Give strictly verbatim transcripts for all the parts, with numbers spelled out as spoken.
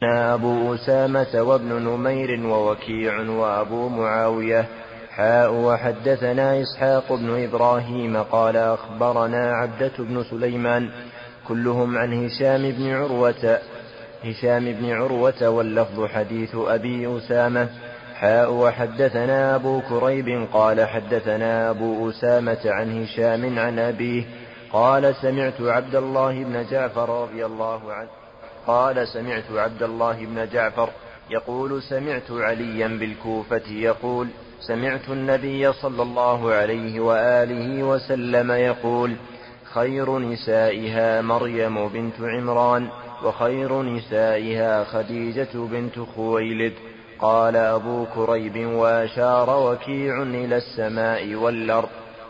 أبو أسامة وابن نمير ووكيع وأبو معاوية حاء وحدثنا إسحاق بن إبراهيم قال أخبرنا عبدة بن سليمان كلهم عن هشام بن عروة هشام بن عروة واللفظ حديث أبي أسامة حاء وحدثنا أبو كريب قال حدثنا أبو أسامة عن هشام عن أبيه قال سمعت عبد الله بن جعفر رضي الله عنه قال سمعت عبد الله بن جعفر يقول سمعت عليا بالكوفة يقول سمعت النبي صلى الله عليه وآله وسلم يقول خير نسائها مريم بنت عمران وخير نسائها خديجة بنت خويلد. قال أبو كريب وأشار وكيع إلى السماء والأرض.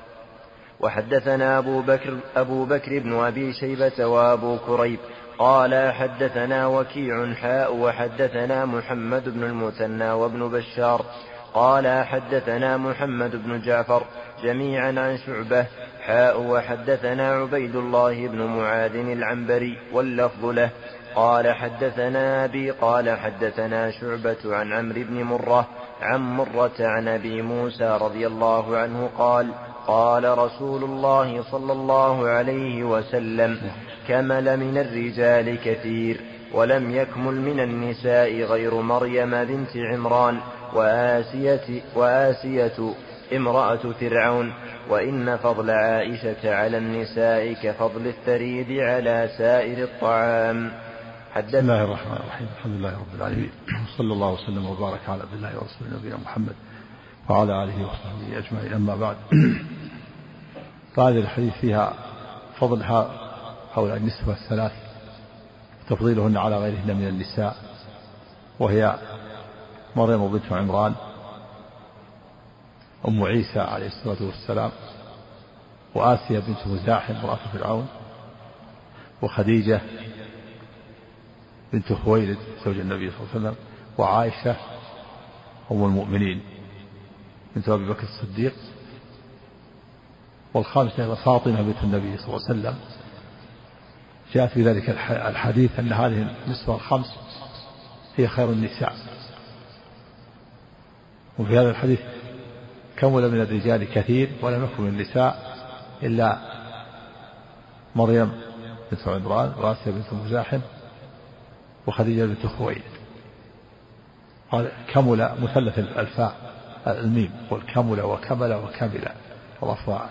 وحدثنا أبو بكر, أبو بكر بن أبي شيبة وأبو كريب قال حدثنا وكيع حاء وحدثنا محمد بن المثنى وابن بشار قال حدثنا محمد بن جعفر جميعا عن شعبة حاء وحدثنا عبيد الله بن معاذ العنبري واللفظ له قال حدثنا أبي قال حدثنا شعبة عن عمرو بن مرة عن مرة عن أبي موسى رضي الله عنه قال قال رسول الله صلى الله عليه وسلم كمل من الرجال كثير ولم يكمل من النساء غير مريم بنت عمران وآسية, وآسية امرأة فرعون وإن فضل عائشة على النساء كفضل الثريد على سائر الطعام. بسم الله الرحمن الرحيم الحمد لله رب العالمين صلى الله وسلم وبارك على عبد الله ورسوله نبينا محمد وعلى آله وصحبه أجمعين. أما بعد، فهذه الحديث فيها فضل هؤلاء النسوة الثلاث تفضيلهن على غيرهن من النساء، وهي مريم بنت عمران أم عيسى عليه الصلاة والسلام، وآسيا بنت مزاحم امرأة فرعون، وخديجة بنت خويلد زوج النبي صلى الله عليه وسلم، وعائشة أم المؤمنين بنت أبي بكر الصديق، والخامسة فاطمة بنت النبي صلى الله عليه وسلم. جاء في ذلك الحديث أن هذه النسوة الخمس هي خير النساء. وفي هذا الحديث كمل من الرجال كثير ولم يكن من النساء إلا مريم بنت عمران وآسيا بنت مزاحم وخديجة بنت خويلد. قال كمل مثلث الفاء الميم، والكمل وكمل وكمل والأفواء،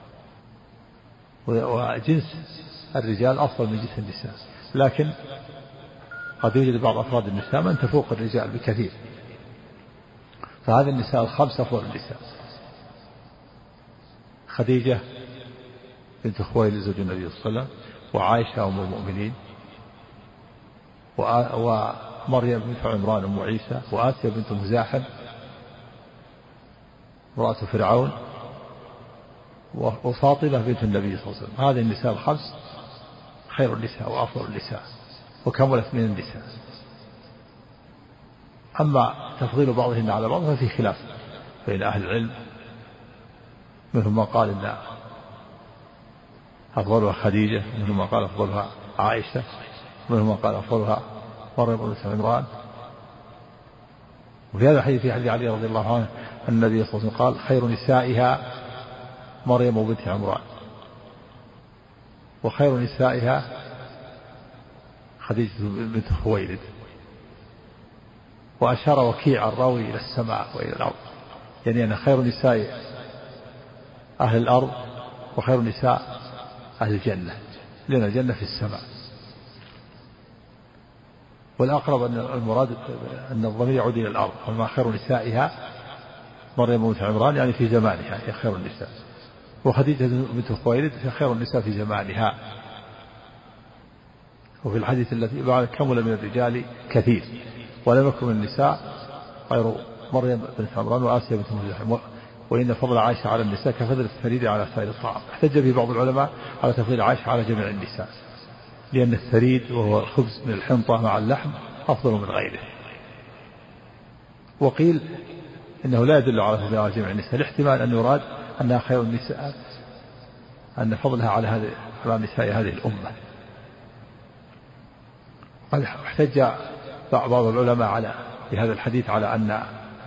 وجنس الرجال أفضل من جنس النساء، لكن قد يوجد بعض أفراد النساء من تفوق الرجال بكثير، فهذه النساء الخمسة أفضل النساء: خديجة بنت خويلد زوج النبي صلى الله عليه وسلم، وعائشة أم المؤمنين، ومريم بنت عمران أم عيسى، وآسيا بنت مزاحم امرأة فرعون، وفاطمة بنت النبي صلى الله عليه وسلم. هذه النساء الخمس خير النساء وأفضل النساء وكملت من النساء. أما تفضيل بعضهن على بعض ففي خلاف بين أهل العلم، منهم من قال إن أفضلها خديجة، منهم من قال أفضلها عائشة، منهم من قال أفضلها مريم بنت عمران. وفي هذا الحديث في حديث علي رضي الله عنه أن النبي صلى الله عليه وسلم قال خير نسائها مريم بنت عمران وخير نسائها خديجة بنت خويلد. وأشار وكيع الراوي إلى السماء وإلى الأرض، يعني أن خير نساء أهل الأرض وخير نساء أهل الجنة، لأن الجنة في السماء. والأقرب أن المراد أن الضمير يعود إلى الأرض، وما خير نسائها مريم بنت عمران يعني في زمانها هي خير النساء، وخديجة بنت خويلد هي خير النساء في زمانها. وفي الحديث الذي بعد كمل من الرجال كثير ولم يكن من النساء غير مريم بنت عمران وآسيا بنت مزاحم، وإن فضل عائشة على النساء كفضل الثريد على سائر الطعام. احتج به بعض العلماء على تفضيل عائشة على جميع النساء، لأن الثريد وهو الخبز من الحنطة مع اللحم أفضل من غيره. وقيل إنه لا يدل على فضلها على جميع النساء، الاحتمال أن يراد أنها خير النساء، أن فضلها على هذه على نساء هذه الأمة. قد احتج بعض العلماء على في هذا الحديث على أن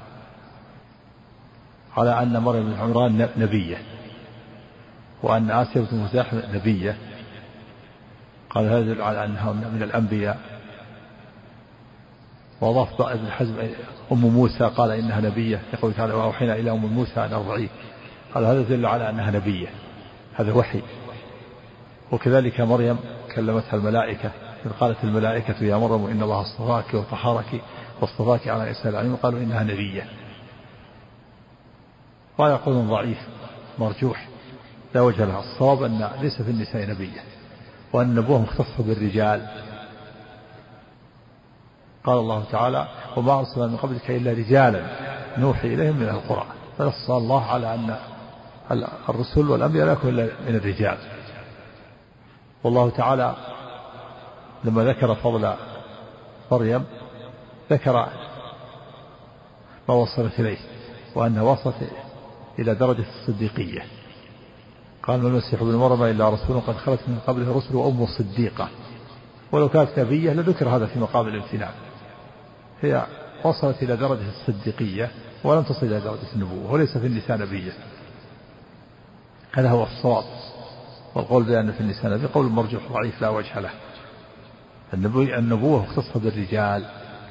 على أن مريم بن عمران نبية، وأن آسيا بنت مزاحم نبية. قال هذا يدل على أنها من الأنبياء. وأضاف ابن حزم أم موسى قال إنها نبية، يقول تعالى وأوحينا إلى أم موسى أن أرضعيه، قال هذا يدل على أنها نبية، هذا وحي. وكذلك مريم كلمتها الملائكة، إذ قالت الملائكة يا مريم إن الله اصطفاك وطهرك واصطفاك على نساء العالمين، قالوا إنها نبية. وهذا قول ضعيف مرجوح لا وجه له. الصواب أن ليس في النساء نبية، وأن النبوة مختصة بالرجال. قال الله تعالى وما أرسلنا من قبلك إلا رجالا نوحي إليهم من القرى، فنص الله على أن الرسل والأنبياء لا يكون إلا من الرجال. والله تعالى لما ذكر فضل مريم ذكر ما وصلت إليه، وأنها وصلت إلى درجة الصديقية. قال ما المسيح ابن مريم إلا رسول قد خلت من قبله رسل وأمه صديقة، ولو كانت نبية لذكر هذا في مقام الامتنان. هي وصلت إلى درجة الصديقية ولم تصل إلى درجة النبوة، وليس في النساء نبية. هذا هو الصواب. والقول بأن في النساء نبي قول مرجوح ضعيف لا وجه له. النبوة مختصة بالرجال،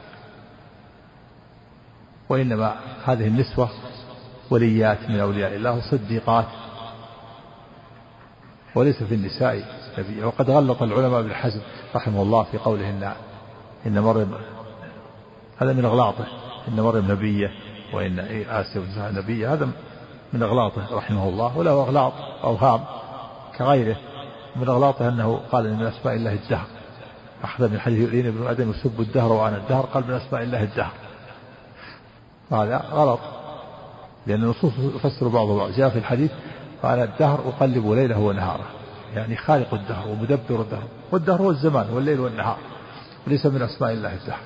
وإنما هذه النسوة وليات من أولياء الله وصديقات، وليس في النساء نبي. وقد غلط العلماء ابن حزم رحمه الله في قوله إن إن مريم، هذا من أغلاطه، إن مريم نبية وإن آسيا بنت نبية، هذا من أغلاطه رحمه الله. وله أغلاط أوهام كغيره. من أغلاطه أنه قال إن من أسماء الله الدهر، أخذ من حديث يؤذيني ابن آدم يسب الدهر وأنا الدهر، قال من أسماء الله الدهر. هذا غلط، لأن النصوص تفسر بعضها بعض. جاء في الحديث قال الدهر أقلب ليله ونهاره، يعني خالق الدهر ومدبر الدهر، والدهر هو الزمان والليل والنهار، وليس من أسماء الله الدهر.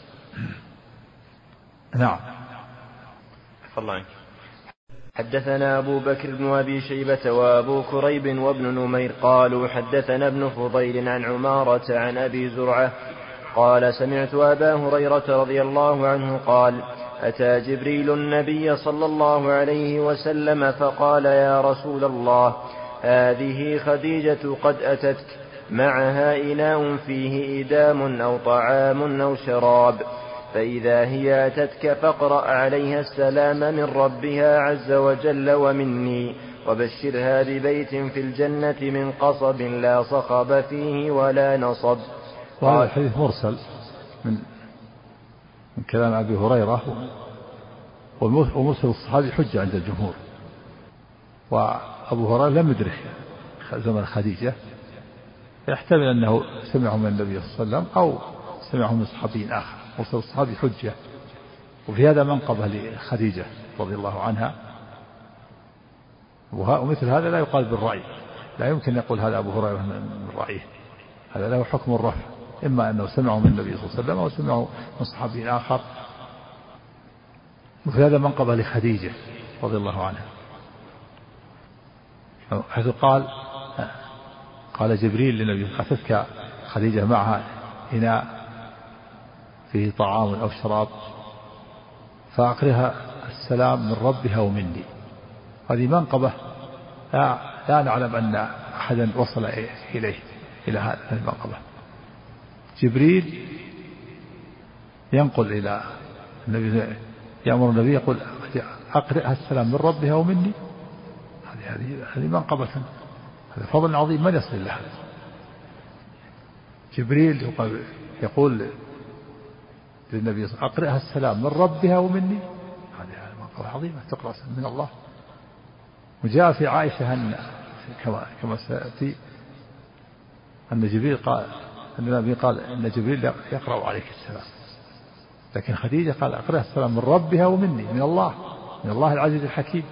نعم. الله. حدثنا أبو بكر بن أبي شيبة وأبو كريب وابن نمير قالوا حدثنا ابن فضيل عن عمارة عن أبي زرعة قال سمعت أبا هريرة رضي الله عنه قال أتى جبريل النبي صلى الله عليه وسلم فقال يا رسول الله هذه خديجة قد أتتك معها إناء فيه إدام أو طعام أو شراب، فإذا هي أتتك فاقرأ عليها السلام من ربها عز وجل ومني، وبشرها ببيت في الجنة من قصب لا صخب فيه ولا نصب. وهذا الحديث مرسل من من كلام أبي هريرة، ومرسل الصحابي حجة عند الجمهور. وأبو هريرة لم يدرك زمن خديجة، يحتمل أنه سمعه من النبي صلى الله عليه وسلم أو سمعه من صحابي آخر. مرسل الصحابي حجة، وفي هذا منقبة لخديجة رضي الله عنها. ومثل هذا لا يقال بالرأي، لا يمكن يقول هذا أبو هريرة من رأيه، هذا له حكم الرفع، إما أنه سمعه من النبي صلى الله عليه وسلم أو سمعه من صحابي آخر. وفي هذا منقبة لخديجة رضي الله عنها، حيث قال قال جبريل للنبي أتتك خديجة معها إناء فيه طعام أو شراب فأقرها السلام من ربها ومني. هذه منقبة لا, لا نعلم أن أحدا وصل إليه إلى هذه المنقبة. جبريل ينقل إلى النبي، يأمر النبي يقول أقرئها السلام من ربها ومني. هذه هذه هذه منقبة، هذا فضل عظيم من يصل له. جبريل يقول للنبي أقرئها السلام من ربها ومني، هذه منقبة عظيمة تقرأ من الله. وجاء في عائشة أن كما كما سيأتي أن جبريل قال أن النبي قال أن جبريل يقرأ عليك السلام، لكن خديجة قال أقرأها السلام من ربها ومني، من الله، من الله العزيز الحكيم،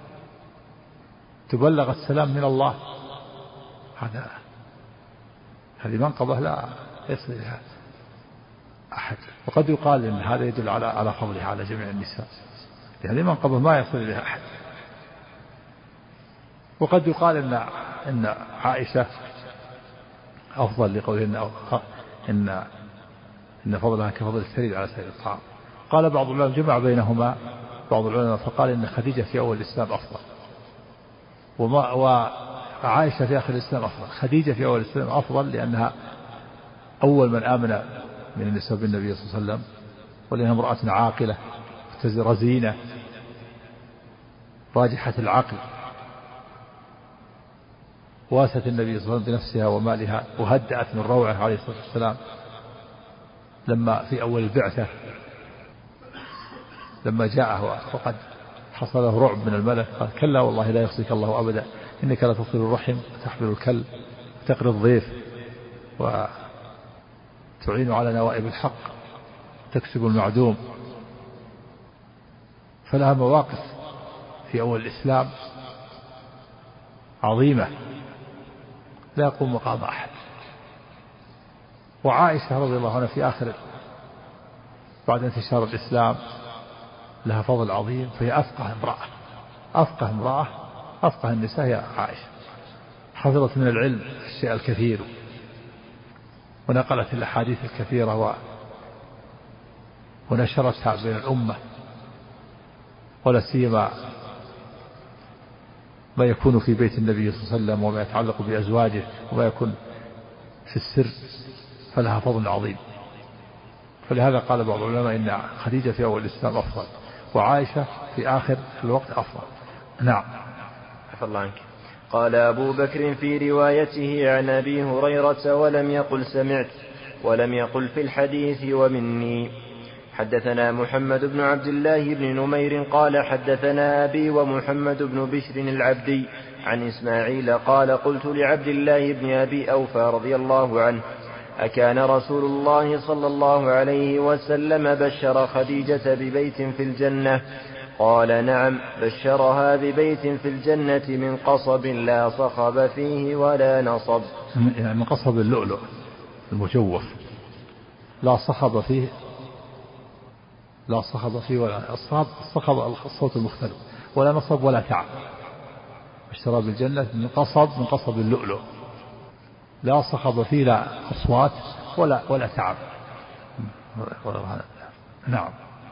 تبلغ السلام من الله. هذا هذه منقبة لا يصل إليها أحد. وقد يقال أن هذا يدل على على فضلها على جميع النساء، هذه منقبة ما يصل إليها أحد. وقد يقال أن أن عائشة أفضل، لقوله إن إن إن فضلها كفضل الثريد على سائر الطعام. قال بعض العلماء جمع بينهما بعض العلماء فقال إن خديجة في أول الإسلام أفضل، وما وعائشة في آخر الإسلام أفضل. خديجة في أول الإسلام أفضل لأنها أول من آمن من النساء بالنبي صلى الله عليه وسلم، ولأنها امرأة عاقلة رزينة راجحة العقل، واست النبي صلى الله عليه وسلم بنفسها ومالها، وهدأت من روعه عليه الصلاة والسلام لما في أول البعثة لما جاءه وقد حصله رعب من الملك قال كلا والله لا يخزيك الله أبدا إنك لا تصل الرحم وتحمل الكل وتقري الضيف وتعين على نوائب الحق تكسب المعدوم. فلها مواقف في أول الإسلام عظيمة لا يقوم مقام أحد. وعائشة رضي الله عنها في آخر بعد انتشار الإسلام لها فضل عظيم، فهي أفقه امرأة أفقه امرأة أفقه النساء هي عائشة، حفظت من العلم الشيء الكثير ونقلت الأحاديث الكثيرة و... ونشرتها بين الأمة، ولا سيما ما يكون في بيت النبي صلى الله عليه وسلم وما يتعلق بأزواجه وما يكون في السر، فلها فضل عظيم. فلهذا قال بعض العلماء إن خديجة في أول الإسلام أفضل وعائشة في آخر الوقت أفضل. نعم. عفى الله عنك. قال أبو بكر في روايته عن أبي هريرة ولم يقل سمعت ولم يقل في الحديث ومني. حدثنا محمد بن عبد الله بن نمير قال حدثنا أبي ومحمد بن بشر العبدي عن إسماعيل قال قلت لعبد الله بن أبي أوفى رضي الله عنه أكان رسول الله صلى الله عليه وسلم بشر خديجة ببيت في الجنة؟ قال نعم، بشرها ببيت في الجنة من قصب لا صخب فيه ولا نصب. يعني من قصب اللؤلؤ المجوف لا صخب فيه لا صخب فيه ولا الصخب الصخب الصوت المختلف ولا نصب ولا تعب. بشرها بالجنة من قصب من قصب اللؤلؤ لا صخب فيه لا أصوات ولا ولا تعب. نعم.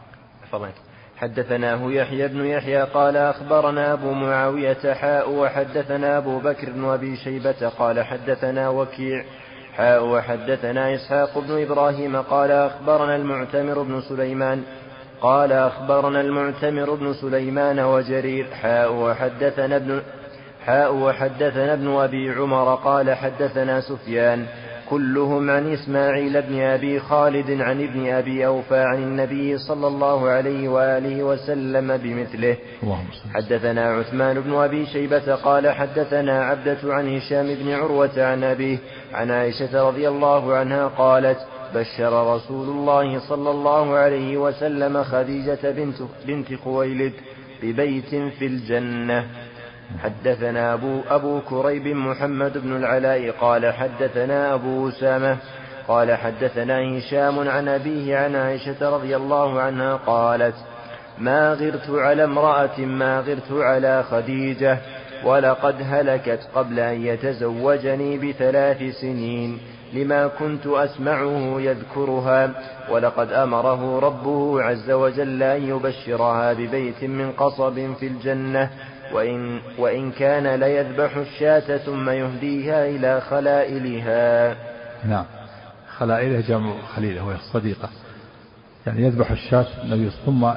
حدثناه يحيى بن يحيى قال أخبرنا أبو معاوية حاء وحدثنا أبو بكر وأبي شيبة قال حدثنا وكيع حاء وحدثنا إسحاق بن إبراهيم قال أخبرنا المعتمر بن سليمان قال أخبرنا المعتمر بن سليمان وجرير حاء وحدثنا ابن حاء وحدثنا ابن أبي عمر قال حدثنا سفيان كلهم عن إسماعيل بن أبي خالد عن ابن أبي أوفى عن النبي صلى الله عليه وآله وسلم بمثله. حدثنا عثمان بن أبي شيبة قال حدثنا عبدة عن هشام بن عروة عن أبيه عن عائشة رضي الله عنها قالت بشر رسول الله صلى الله عليه وسلم خديجة بنت, بنت خويلد ببيت في الجنة. حدثنا أبو, أبو كريب محمد بن العلاء قال حدثنا أبو أسامة قال حدثنا هشام عن أبيه عن عائشة رضي الله عنها قالت ما غرت على امرأة ما غرت على خديجة ولقد هلكت قبل أن يتزوجني بثلاث سنين لما كنت أسمعه يذكرها ولقد أمره ربه عز وجل أن يبشرها ببيت من قصب في الجنة وإن, وإن كان ليذبح الشاة ثم يهديها إلى خلائلها. نعم. خلائلها جمع خليلة وهي الصديقة، يعني يذبح الشاة النبي ثم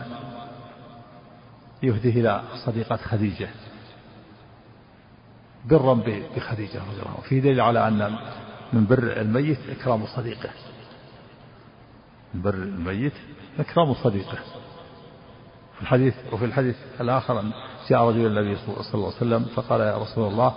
يهديه إلى صديقة خديجة برا بخديجة رضي الله عنها. في دليل على أن من بر الميت إكرام صديقه، من بر الميت إكرام صديقه. في الحديث وفي الحديث الآخر جاء رجل النبي صلى الله عليه وسلم فقال يا رسول الله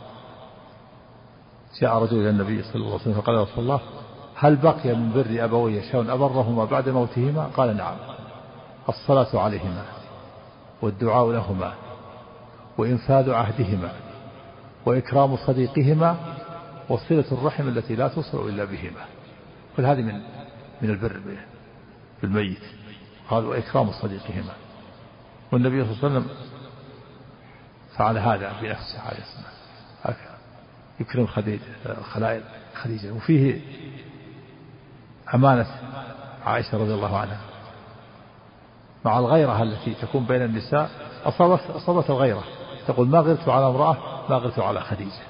جاء رجل إلى النبي صلى الله عليه وسلم فقال يا رسول الله هل بقي من بر أبوي شيء أبرهما بعد موتهما؟ قال نعم، الصلاة عليهما والدعاء لهما وإنفاذ عهدهما وإكرام صديقهما وصلة الرحم التي لا تصل إلا بهما. كل هذه من من البر بالميت. قال وإكرام صديقهما. والنبي صلى الله عليه وسلم فعل هذا بنفسه عليه الصلاة يكرم خديجة خلائل خديجة. وفيه أمانة عائشة رضي الله عنها مع الغيرة التي تكون بين النساء، أصابت أصابت الغيرة، تقول ما غرت على امرأة ما غرت على خديجة.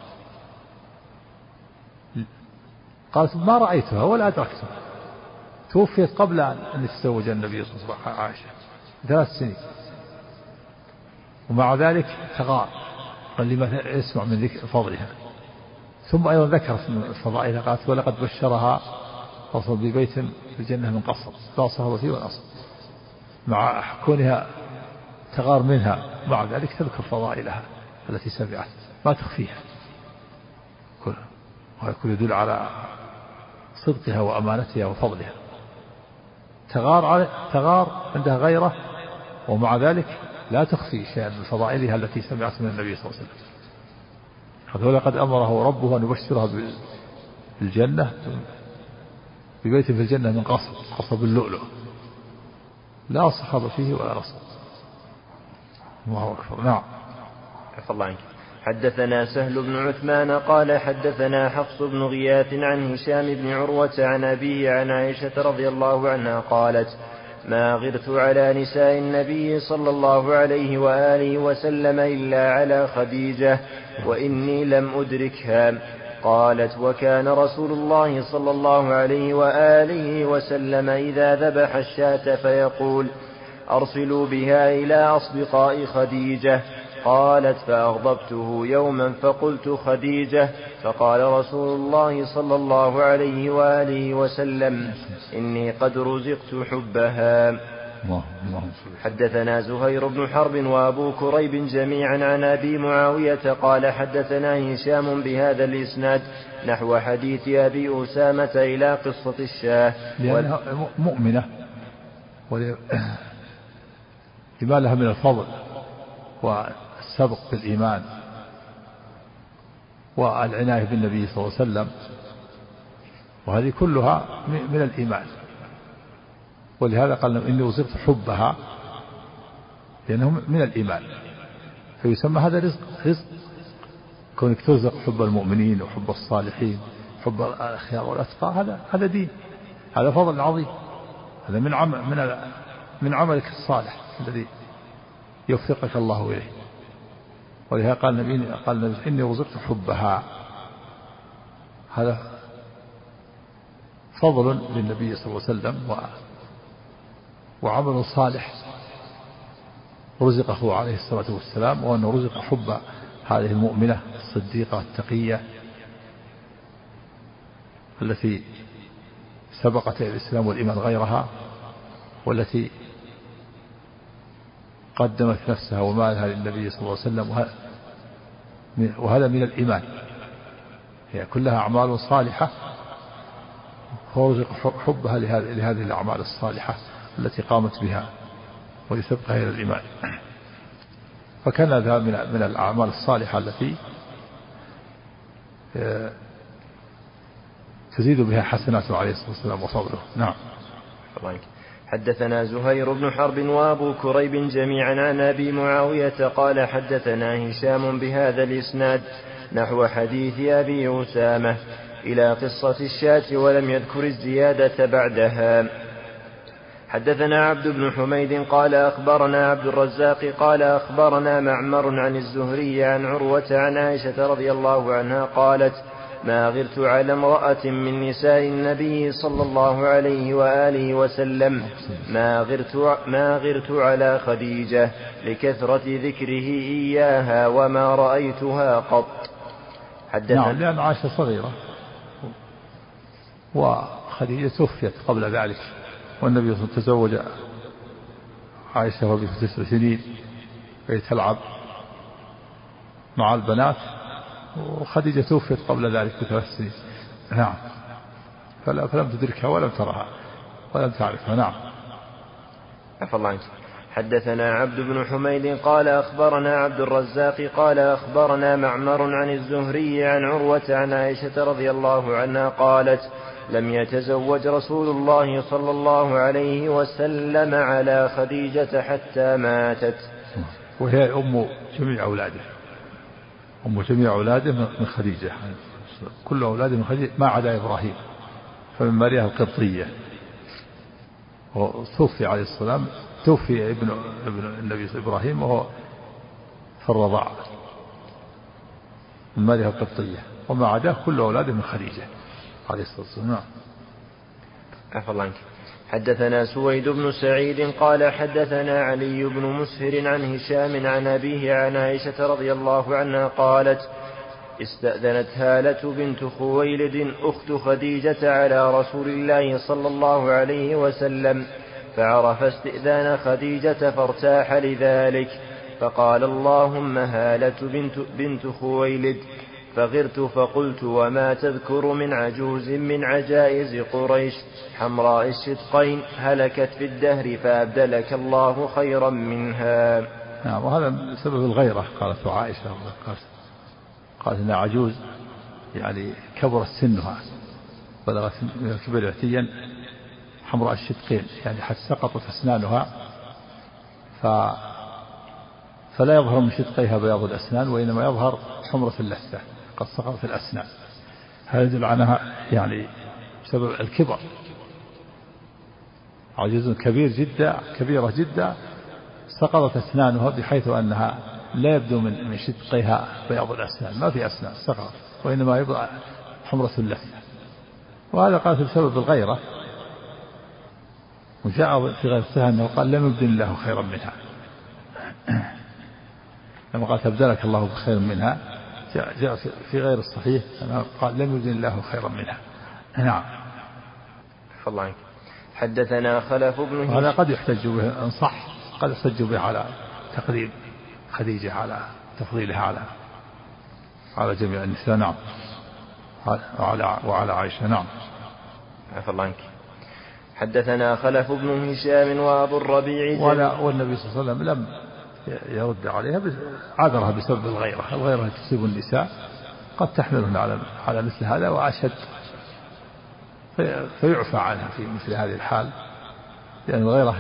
قالت ما رأيتها ولا أدركتها، توفيت قبل أن يتزوج النبي صلى الله عليه وسلم عائشة ثلاث سنين، ومع ذلك تغار لما يسمع من ذكر فضلها. ثم أيضا ذكرت من فضائلها قالت ولقد بشرها رسول ببيت في الجنة من قصر لا صهر فيه ولا أصل، مع كونها تغار منها مع ذلك تذكر فضائلها التي سمعت ما تخفيها، وهذا كله يدل على صدقها وأمانتها وفضلها. تغار على تغار عندها غيره ومع ذلك لا تخفي شيئا من فضائلها التي سمعت من النبي صلى الله عليه وسلم. ولقد أمره ربه أن يبشرها بالجنة ببيت في الجنة من قصر قصر باللؤلؤ لا صخب فيه ولا نصب. الله أكبر. نعم. عفى الله عنك. حدثنا سهل بن عثمان قال حدثنا حفص بن غياث عن هشام بن عروة عن أبيه عن عائشة رضي الله عنها قالت ما غرت على نساء النبي صلى الله عليه وآله وسلم إلا على خديجة وإني لم أدركها. قالت وكان رسول الله صلى الله عليه وآله وسلم إذا ذبح الشاة فيقول أرسلوا بها إلى أصدقاء خديجة. قالت فأغضبته يوما فقلت خديجة، فقال رسول الله صلى الله عليه وآله وسلم إني قد رزقت حبها. حدثنا زهير بن حرب وأبو كريب جميعا عن أبي معاوية قال حدثنا هشام بهذا الإسناد نحو حديث أبي أسامة إلى قصة الشاه. لأنها مؤمنة لما لها من الفضل والسبق بالإيمان والعناية بالنبي صلى الله عليه وسلم، وهذه كلها من الإيمان. ولهذا قال إني وزرت حبها لأنه من الإيمان، فيسمى هذا رزق رزق كونك ترزق حب المؤمنين وحب الصالحين حب الأخيار والأتقى، هذا هذا دين، هذا فضل عظيم، هذا من عمل من من عملك الصالح الذي يوفقك الله إليه. ولهذا قال النبي قال النبي إني وزرت حبها، هذا فضل للنبي صلى الله عليه وسلم وعمل صالح رزقه عليه الصلاة والسلام، وأنه رزق حب هذه المؤمنة الصديقة التقية التي سبقت الإسلام والإيمان غيرها، والتي قدمت نفسها ومالها للنبي صلى الله عليه وسلم، وهذا من الإيمان، هي كلها أعمال صالحة، فرزق حبها لهذه الأعمال الصالحة التي قامت بها ولسبقها إلى الإيمان. فكان هذا من الأعمال الصالحة التي تزيد بها حسناته عليه الصلاة والسلام وفضله. نعم. حدثنا زهير بن حرب وأبو كريب جميعا عن أبي معاوية قال حدثنا هشام بهذا الإسناد نحو حديث أبي أسامة إلى قصة الشاة ولم يذكر الزيادة بعدها. حدثنا عبد بن حميد قال أخبرنا عبد الرزاق قال أخبرنا معمر عن الزهري عن عروة عن عائشة رضي الله عنها قالت ما غرت على امرأة من نساء النبي صلى الله عليه وآله وسلم ما غرت, ما غرت على خديجة لكثرة ذكره إياها وما رأيتها قط. حدثنا نعم، لأن عائشة صغيرة وخديجة توفيت قبل ذلك، والنبي صلى الله عليه وسلم تزوج عائشة وهي في تسع سنين وهي تلعب مع البنات، وخديجة توفيت قبل ذلك بثلاث سنين. نعم. فلم تدركها ولم ترها ولم تعرفها. نعم. عفى الله عنك. حدثنا عبد بن حميد قال أخبرنا عبد الرزاق قال أخبرنا معمر عن الزهري عن عروة عن عائشة رضي الله عنها قالت لم يتزوج رسول الله صلى الله عليه وسلم على خديجة حتى ماتت، وهي أم جميع أولاده، أم جميع أولاده من خديجة، كل أولاده من خديجة ما عدا إبراهيم، فمن ماريا القبطية. وتوفي عليه السلام، توفي ابن ابن النبي إبراهيم وهو في الرضاعة من ماريا القبطية، وما عداه كل أولاده من خديجة عليه الصلاة والسلام. نعم. عفى الله عنك. حدثنا سويد بن سعيد قال حدثنا علي بن مسهر عن هشام عن أبيه عن عائشة رضي الله عنها قالت: استأذنت هالة بنت خويلد أخت خديجة على رسول الله صلى الله عليه وسلم، فعرف استئذان خديجة فارتاح لذلك، فقال: اللهم هالة بنت, بنت خويلد. فغرت فقلت: وما تذكر من عجوز من عجائز قريش حمراء الشدقين هلكت في الدهر فأبدلك الله خيرا منها. نعم. وهذا سبب الغيرة. قالت عائشة قالت إنها عجوز يعني كبرت سنها، بلغت من الكبر عتيا حمراء الشدقين، يعني حتى سقطت أسنانها ف... فلا يظهر من شدقيها بياض الأسنان، وإنما يظهر حمرة اللثة، قد سقطت الأسنان. هذا يدل عنها يعني بسبب الكبر، عجوز كبير جدا كبيرة جدا سقطت أسنانها بحيث أنها لا يبدو من من شدقيها بياض الأسنان، ما في أسنان سقط، وإنما يبقى حمرة اللثة. وهذا قال بسبب الغيرة. وجاء في غيرتها أنه قال: لم يبدل الله خيرا منها. لما قال: تبدلك الله بخير منها، جاء, جاء في غير الصحيح أنه قال: لم يبدل الله خيرا منها. نعم. فالله عنك. حدثنا خلف بن هشام. وهذا قد يحتج به إن صح، قد يحتج به على تقديم خديجة، على تفضيلها على على جميع النساء. نعم. وعلى وعلى عائشة. نعم. عفى الله عنك. حدثنا خلف بن هشام وأبو الربيع. والنبي صلى الله عليه وسلم لم يرد عليها، عذرها بسبب الغيرة. الغيرة تصيب النساء قد تحملهن على على مثل هذا وأشد، فيعفى عنها في مثل هذه الحال، لأن الغيرة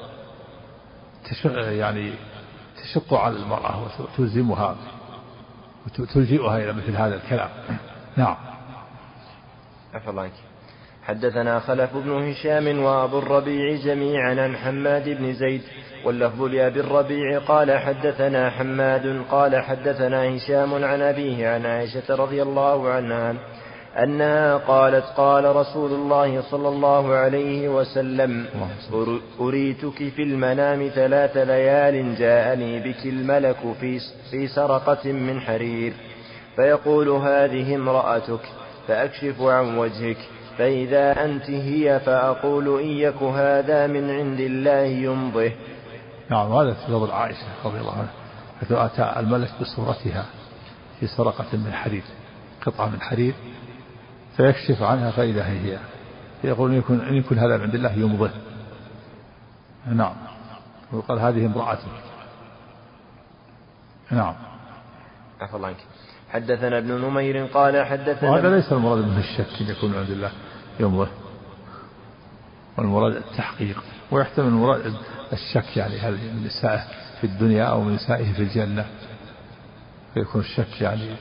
يعني تشق على المرأة وتلزمها وتلجئها إلى مثل هذا الكلام. نعم. عفى الله عنك. حدثنا خلف بن هشام وأبو الربيع جميعا عن حماد بن زيد، واللفظ لأبي الربيع قال: حدثنا حماد قال حدثنا هشام عن أبيه عن عائشة رضي الله عنها أنها قالت: قال رسول الله صلى الله عليه وسلم: أريتك في المنام ثلاث ليال جاءني بك الملك في في سرقة من حرير، فيقول: هذه امرأتك، فأكشف عن وجهك، فإذا أنت هي، فأقول: إن يك هذا من عند الله يمضه. نعم. هذا في فضل عائشة رضي الله عنها، حيث أتى الملك بصورتها في سرقة من حرير، قطعة من حرير، فيكشف عنها فإذا هي، فيقول: إن يكون, إن يكون هذا من عند الله يمضه. نعم. وقال: هذه امرأتك. نعم. عفى الله عنك. حدثنا ابن نمير قال حدثنا. وهذا ليس المراد من الشك أن يكون عند الله يمضه، والمراد التحقيق. ويحتمل المراد الشك، يعني هل من نسائه في الدنيا أو من نسائه في الجنة، فيكون الشك يعني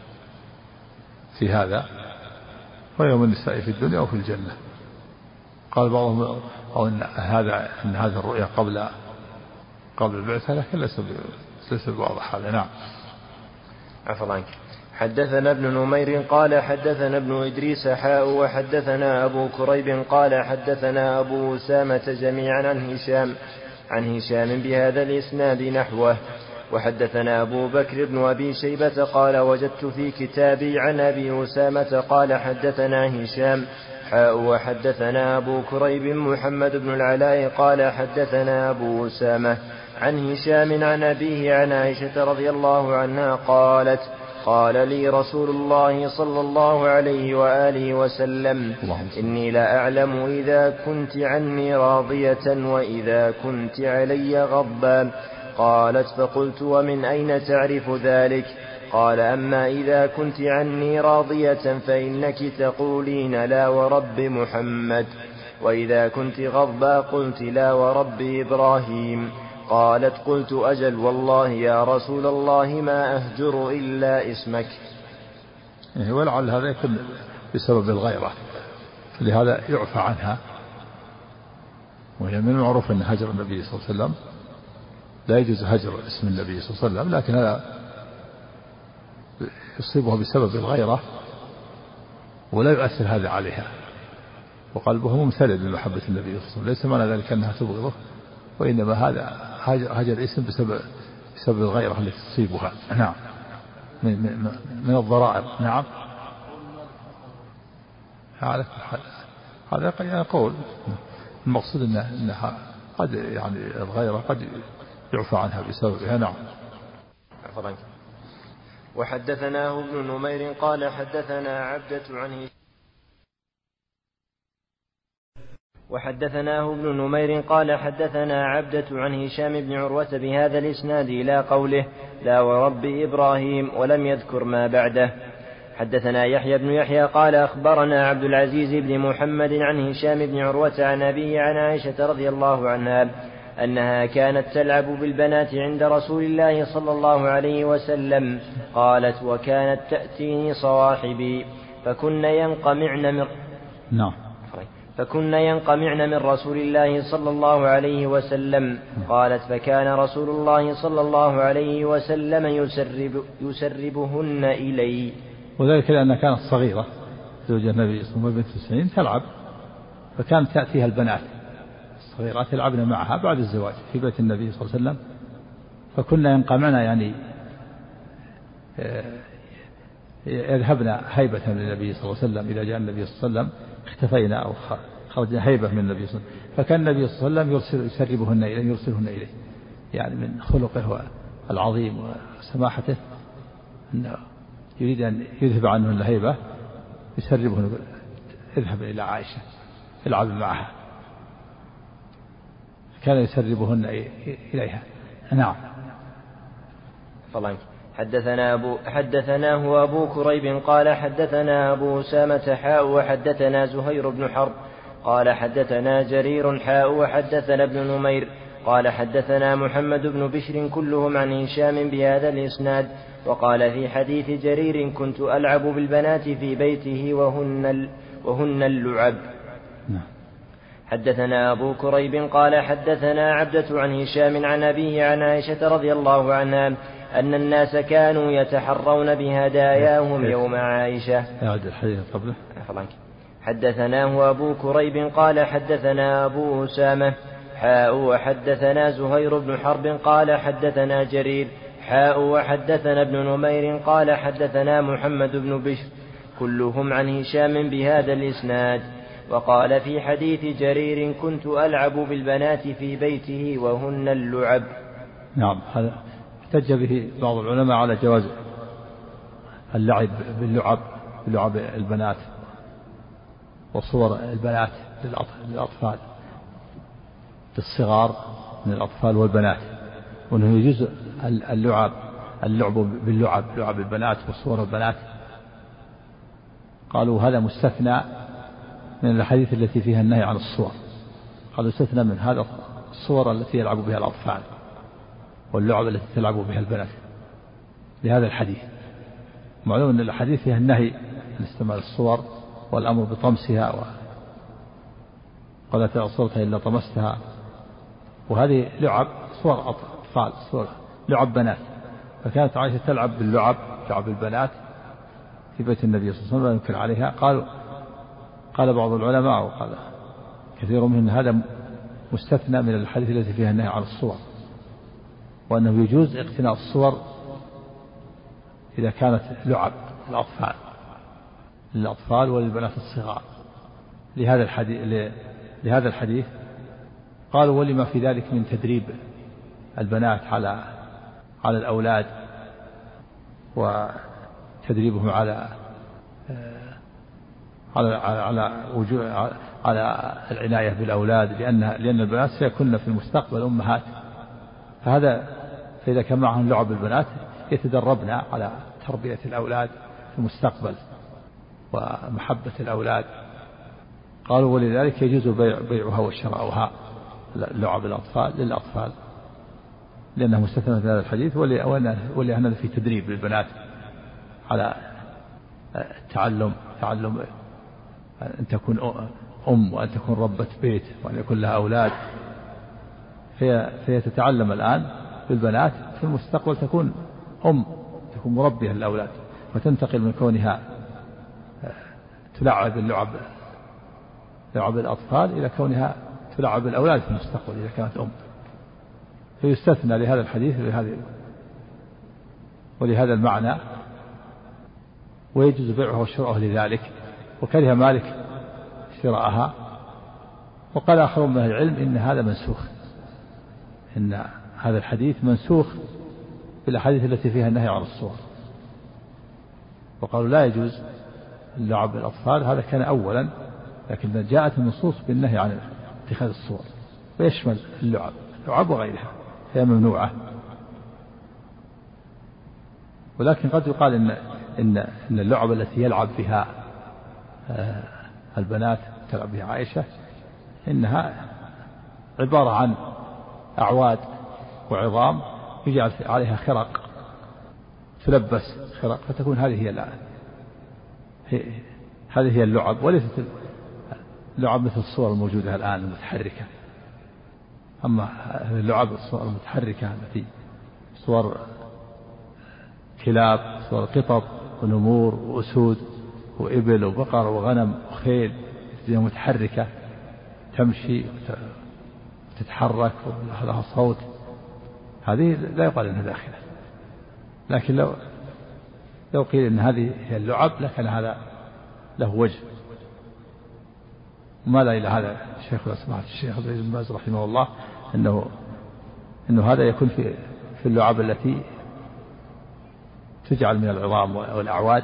في هذا، ويوم النساء في الدنيا وفي الجنة. قال بعضهم: أو إن هذا إن هذا الرؤيا قبل قبل البعثة، لكن ليس ليس بواضح هذا. نعم. عفى الله عنك. حدثنا ابن نمير قال حدثنا ابن إدريس حاء وحدثنا أبو كريب قال حدثنا أبو أسامة جميعا عن هشام عن هشام بهذا الإسناد نحوه. وحدثنا أبو بكر بن أبي شيبة قال: وجدت في كتابي عن أبي أسامة قال حدثنا هشام حاء وحدثنا أبو كريب محمد بن العلاء قال حدثنا أبو أسامة عن هشام عن أبيه عن عائشة رضي الله عنها قالت: قال لي رسول الله صلى الله عليه وآله وسلم: إني لأعلم إذا كنت عني راضية وإذا كنت علي غضبا. قالت: فقلت: ومن أين تعرف ذلك؟ قال: أما إذا كنت عني راضية فإنك تقولين: لا ورب محمد، وإذا كنت غضبا قلت: لا ورب إبراهيم. قالت: قلت: أجل والله يا رسول الله ما أهجر إلا اسمك. ولعل هذا يكون بسبب الغيرة، لهذا يعفى عنها. وهي من المعروف أن هجر النبي صلى الله عليه وسلم لا يجوز هجر اسم النبي صلى الله عليه وسلم، لكن هذا يصيبها بسبب الغيرة ولا يؤثر هذا عليها، وقلبه ممتلئ بمحبة النبي صلى الله عليه وسلم، ليس معنى ذلك أنها تبغضه، وإنما هذا هجر الاسم بسبب بسبب الغيرة التي تصيبها. نعم، من, من, من الضرائب. نعم، هذا هذا قول المقصود أنها, إنها قد يعني الغيرة قد يعفى عنها بسببها. نعم. وحدثناه ابن نمير قال حدثنا عبدة عن وحدثناه ابن نمير قال حدثنا عبدة عن هشام بن عروة بهذا الإسناد إلى قوله لا ورب إبراهيم، ولم يذكر ما بعده. حدثنا يحيى بن يحيى قال أخبرنا عبد العزيز بن محمد عن هشام بن عروة عن أبيه عن عائشة رضي الله عنها أنها كانت تلعب بالبنات عند رسول الله صلى الله عليه وسلم. قالت وكانت تأتيني صواحبي فكن ينقمعن من نعم فكن ينقمعن من رسول الله صلى الله عليه وسلم. قالت فكان رسول الله صلى الله عليه وسلم يسرب يسربهن إلي. وذلك لأنها كانت صغيرة زوجة النبي صلى الله عليه وسلم بنت تسعين تلعب، فكانت تأتيها البنات الصغيرات يلعبن معها بعد الزواج في بيت النبي صلى الله عليه وسلم، فكنا ينقمعن يعني يذهبن هيبة للنبي صلى الله عليه وسلم. إذا جاء النبي صلى الله عليه وسلم اختفينا أو خرجنا هيبة من النبي صلى الله عليه وسلم، فكان النبي صلى الله عليه وسلم يرسل يسربهن إليه يرسلهن إليه، يعني من خلقه العظيم وسماحته أنه يريد أن يذهب عنه الهيبة يسربهن، اذهب إلى عائشة العب معها، كان يسربهن إليها. نعم. حدثنا أبو حدثناه أبو كريب قال حدثنا أبو أسامة حاء وحدثنا زهير بن حرب قال حدثنا جرير حاء وحدثنا ابن نمير قال حدثنا محمد بن بشر كلهم عن هشام بهذا الإسناد. وقال في حديث جرير كنت ألعب بالبنات في بيته وهن, وهن اللعب. حدثنا أبو كريب قال حدثنا عبدة عن هشام عن أبيه عن عائشة رضي الله عنها أن الناس كانوا يتحرون بهداياهم يوم عائشة. حدثناه أبو كريب قال حدثنا أبو أسامة حاء وحدثنا زهير بن حرب قال حدثنا جرير حاء وحدثنا ابن نمير قال حدثنا محمد بن بشر كلهم عن هشام بهذا الإسناد. وقال في حديث جرير كنت ألعب بالبنات في بيته وهن اللعب. نعم، هذا احتج به بعض العلماء على جواز اللعب باللعب بلعب البنات وصور البنات للأطفال للصغار من الأطفال والبنات، وأنه يجوز اللعب اللعب باللعب لعب البنات وصور البنات. قالوا هذا مستثنى من الحديث التي فيها النهي عن الصور، قالوا استثنى من هذا الصور التي يلعب بها الأطفال واللعب التي تلعب بها البنات لهذا الحديث. معلوم أن الحديث فيها النهي عن استعمال الصور والأمر بطمسها ولا ترى صورتها إلا طمستها، وهذه لعب صور أطفال صور لعب بنات. فكانت عائشة تلعب باللعب لعب البنات في بيت النبي صلى الله عليه وسلم لا ينكر عليها. قالوا قال بعض العلماء وقال كثير منهم هذا مستثنى من الحديث التي فيها النهي عن الصور، وأنه يجوز اقتناء الصور إذا كانت لعب الأطفال للأطفال وللبنات الصغار لهذا الحديث لهذا الحديث قالوا ولما في ذلك من تدريب البنات على على الأولاد وتدريبهم على على على وجوه على العناية بالأولاد، لأن لأن البنات سيكون في المستقبل أمهات، فهذا فإذا كان معهم لعب البنات يتدربن على تربية الأولاد في المستقبل ومحبة الأولاد. قالوا ولذلك يجوز بيع بيعها وشراؤها لعب الأطفال للأطفال لأنه مستثنى من هذا الحديث، ولأنه في تدريب للبنات على التعلم تعلم أن تكون أم وأن تكون ربة بيت وأن يكون لها أولاد، فهي, فهي تتعلم الآن بالبنات، في المستقبل تكون أم، تكون مربية للأولاد، وتنتقل من كونها تلعب اللعب لعب الأطفال إلى كونها تلعب الأولاد في المستقبل إذا كانت أم. فيستثنى لهذا الحديث ولهذا المعنى، ويجوز بيعها وشراءها لذلك، وكره مالك شراءها. وقال آخرون من أهل العلم إن هذا منسوخ، إن هذا الحديث منسوخ بالأحاديث التي فيها النهي عن الصور، وقالوا لا يجوز اللعب بالأطفال. هذا كان أولا، لكن جاءت النصوص بالنهي عن اتخاذ الصور، ويشمل اللعب اللعب وغيرها، هي ممنوعة. ولكن قد يقال إن إن إن اللعب التي يلعب بها البنات تلعب بها عائشة إنها عبارة عن أعواد وعظام يجعل عليها خرق، تلبس خرق، فتكون هذه هي الآن هذه هي اللعب، وليست اللعب مثل الصور الموجودة الآن المتحركة. أما اللعب الصور المتحركة التي صور كلاب، صور قطط ونمور وأسود وإبل وبقر وغنم وخيل متحركة تمشي وتتحرك ولها صوت، هذه لا يقال أنها داخلة. لكن لو لو قيل أن هذه هي اللعب لكن هذا له وجه. وماذا إلى هذا الشيخ الأسماء الشيخ عبد العزيز بن باز رحمه الله أنه أنه هذا يكون في في اللعب التي تجعل من العظام والأعواد،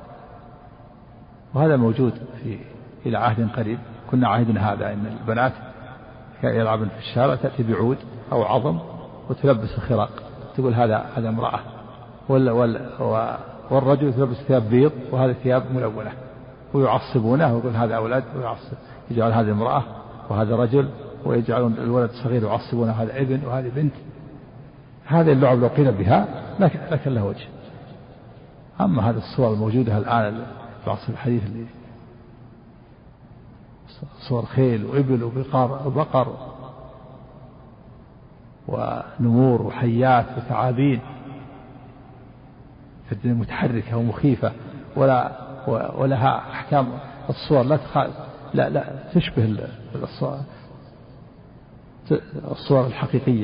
وهذا موجود في إلى عهد قريب. كنا عهدنا هذا أن البنات يلعبن في الشارع، تأتي بعود أو عظم وتلبس الخراق، تقول هذا هذا امرأة، وال وال والرجل يلبس ثياب بيض وهذه ثياب ملونة، ويعصبونه ويقول هذا أولاد، ويعصب يجعل هذه امرأة وهذا رجل، ويجعلون الولد الصغير يعصبونه هذا ابن وهذه بنت. هذه اللعب لو قيل بها لكن له وجه. أما هذه الصور الموجودة الآن في العصر الحديث اللي صور خيل وإبل وبقر وبقر ونمور وحيات وثعابين متحركة ومخيفة، ولا ولها أحكام الصور لا تخالف لا لا تشبه الصور الصور الحقيقية،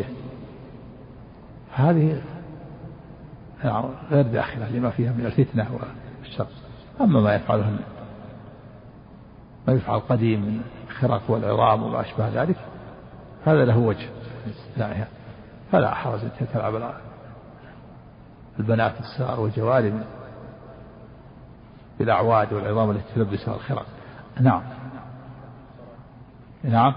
هذه غير داخلة لما فيها من الفتنة والشر. أما ما يفعله ما يفعل قديم من الخرق والعظام وما أشبه ذلك هذا له وجه استثنائها، فلا حرج أن تلعب البنات الصغار والجواري بالأعواد والعظام التي تلبسها الخرق. نعم نعم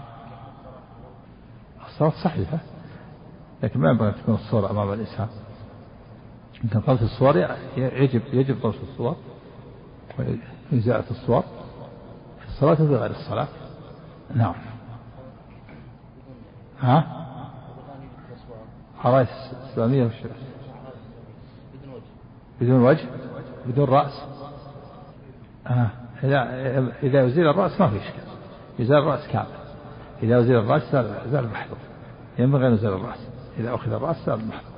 الصلاة صحيحة، لكن ما ينبغي أن تكون الصورة أمام الإنسان. إن قلت الصور يجب يجب ضبط الصور وإزالة الصور في الصلاة وفي غير الصلاة. نعم. ها عرايس إسلامية وش... بدون وجه بدون رأس. آه. إذا إذا يزيل الرأس ما في إشكال، يزال الرأس كامل. إذا يزيل الرأس زال المحذور، ينبغي أن يزال الرأس. إذا أخذ الرأس زال المحذور.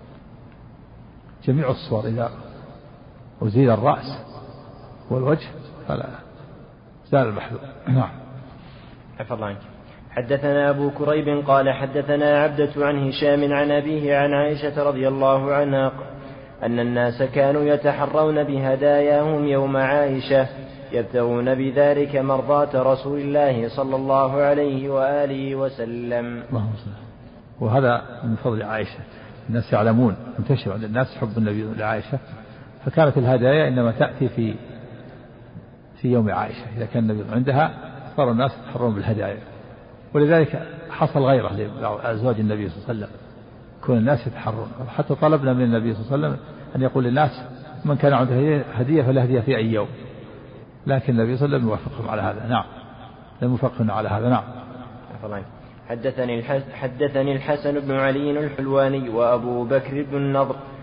جميع الصور إذا أزيل الرأس والوجه فلا زال المحذور. نعم. عفى الله عنك. حدثنا أبو كريب قال حدثنا عبدة عن هشام عن أبيه عن عائشة رضي الله عنها أن الناس كانوا يتحرون بهداياهم يوم عائشة يبتغون بذلك مرضاة رسول الله صلى الله عليه وآله وسلم. اللهم صل. وهذا من فضل عائشة، الناس يعلمون انتشر عند الناس حب النبي لعائشة، فكانت الهدايا إنما تأتي في في يوم عائشة. إذا كان النبي عندها صار الناس يتحرون بالهدايا، ولذلك حصل غيره لأزواج النبي صلى الله عليه وسلم، كون الناس يتحرون. حتى طلبنا من النبي صلى الله عليه وسلم أن يقول للناس من كان عنده هدية فلا هدية في أي يوم، لكن النبي صلى الله عليه وسلم يوافقهم على هذا. نعم لم يوافقنا على هذا. نعم. حدثني حدثني الحسن بن علي الحلواني وأبو بكر بن النضر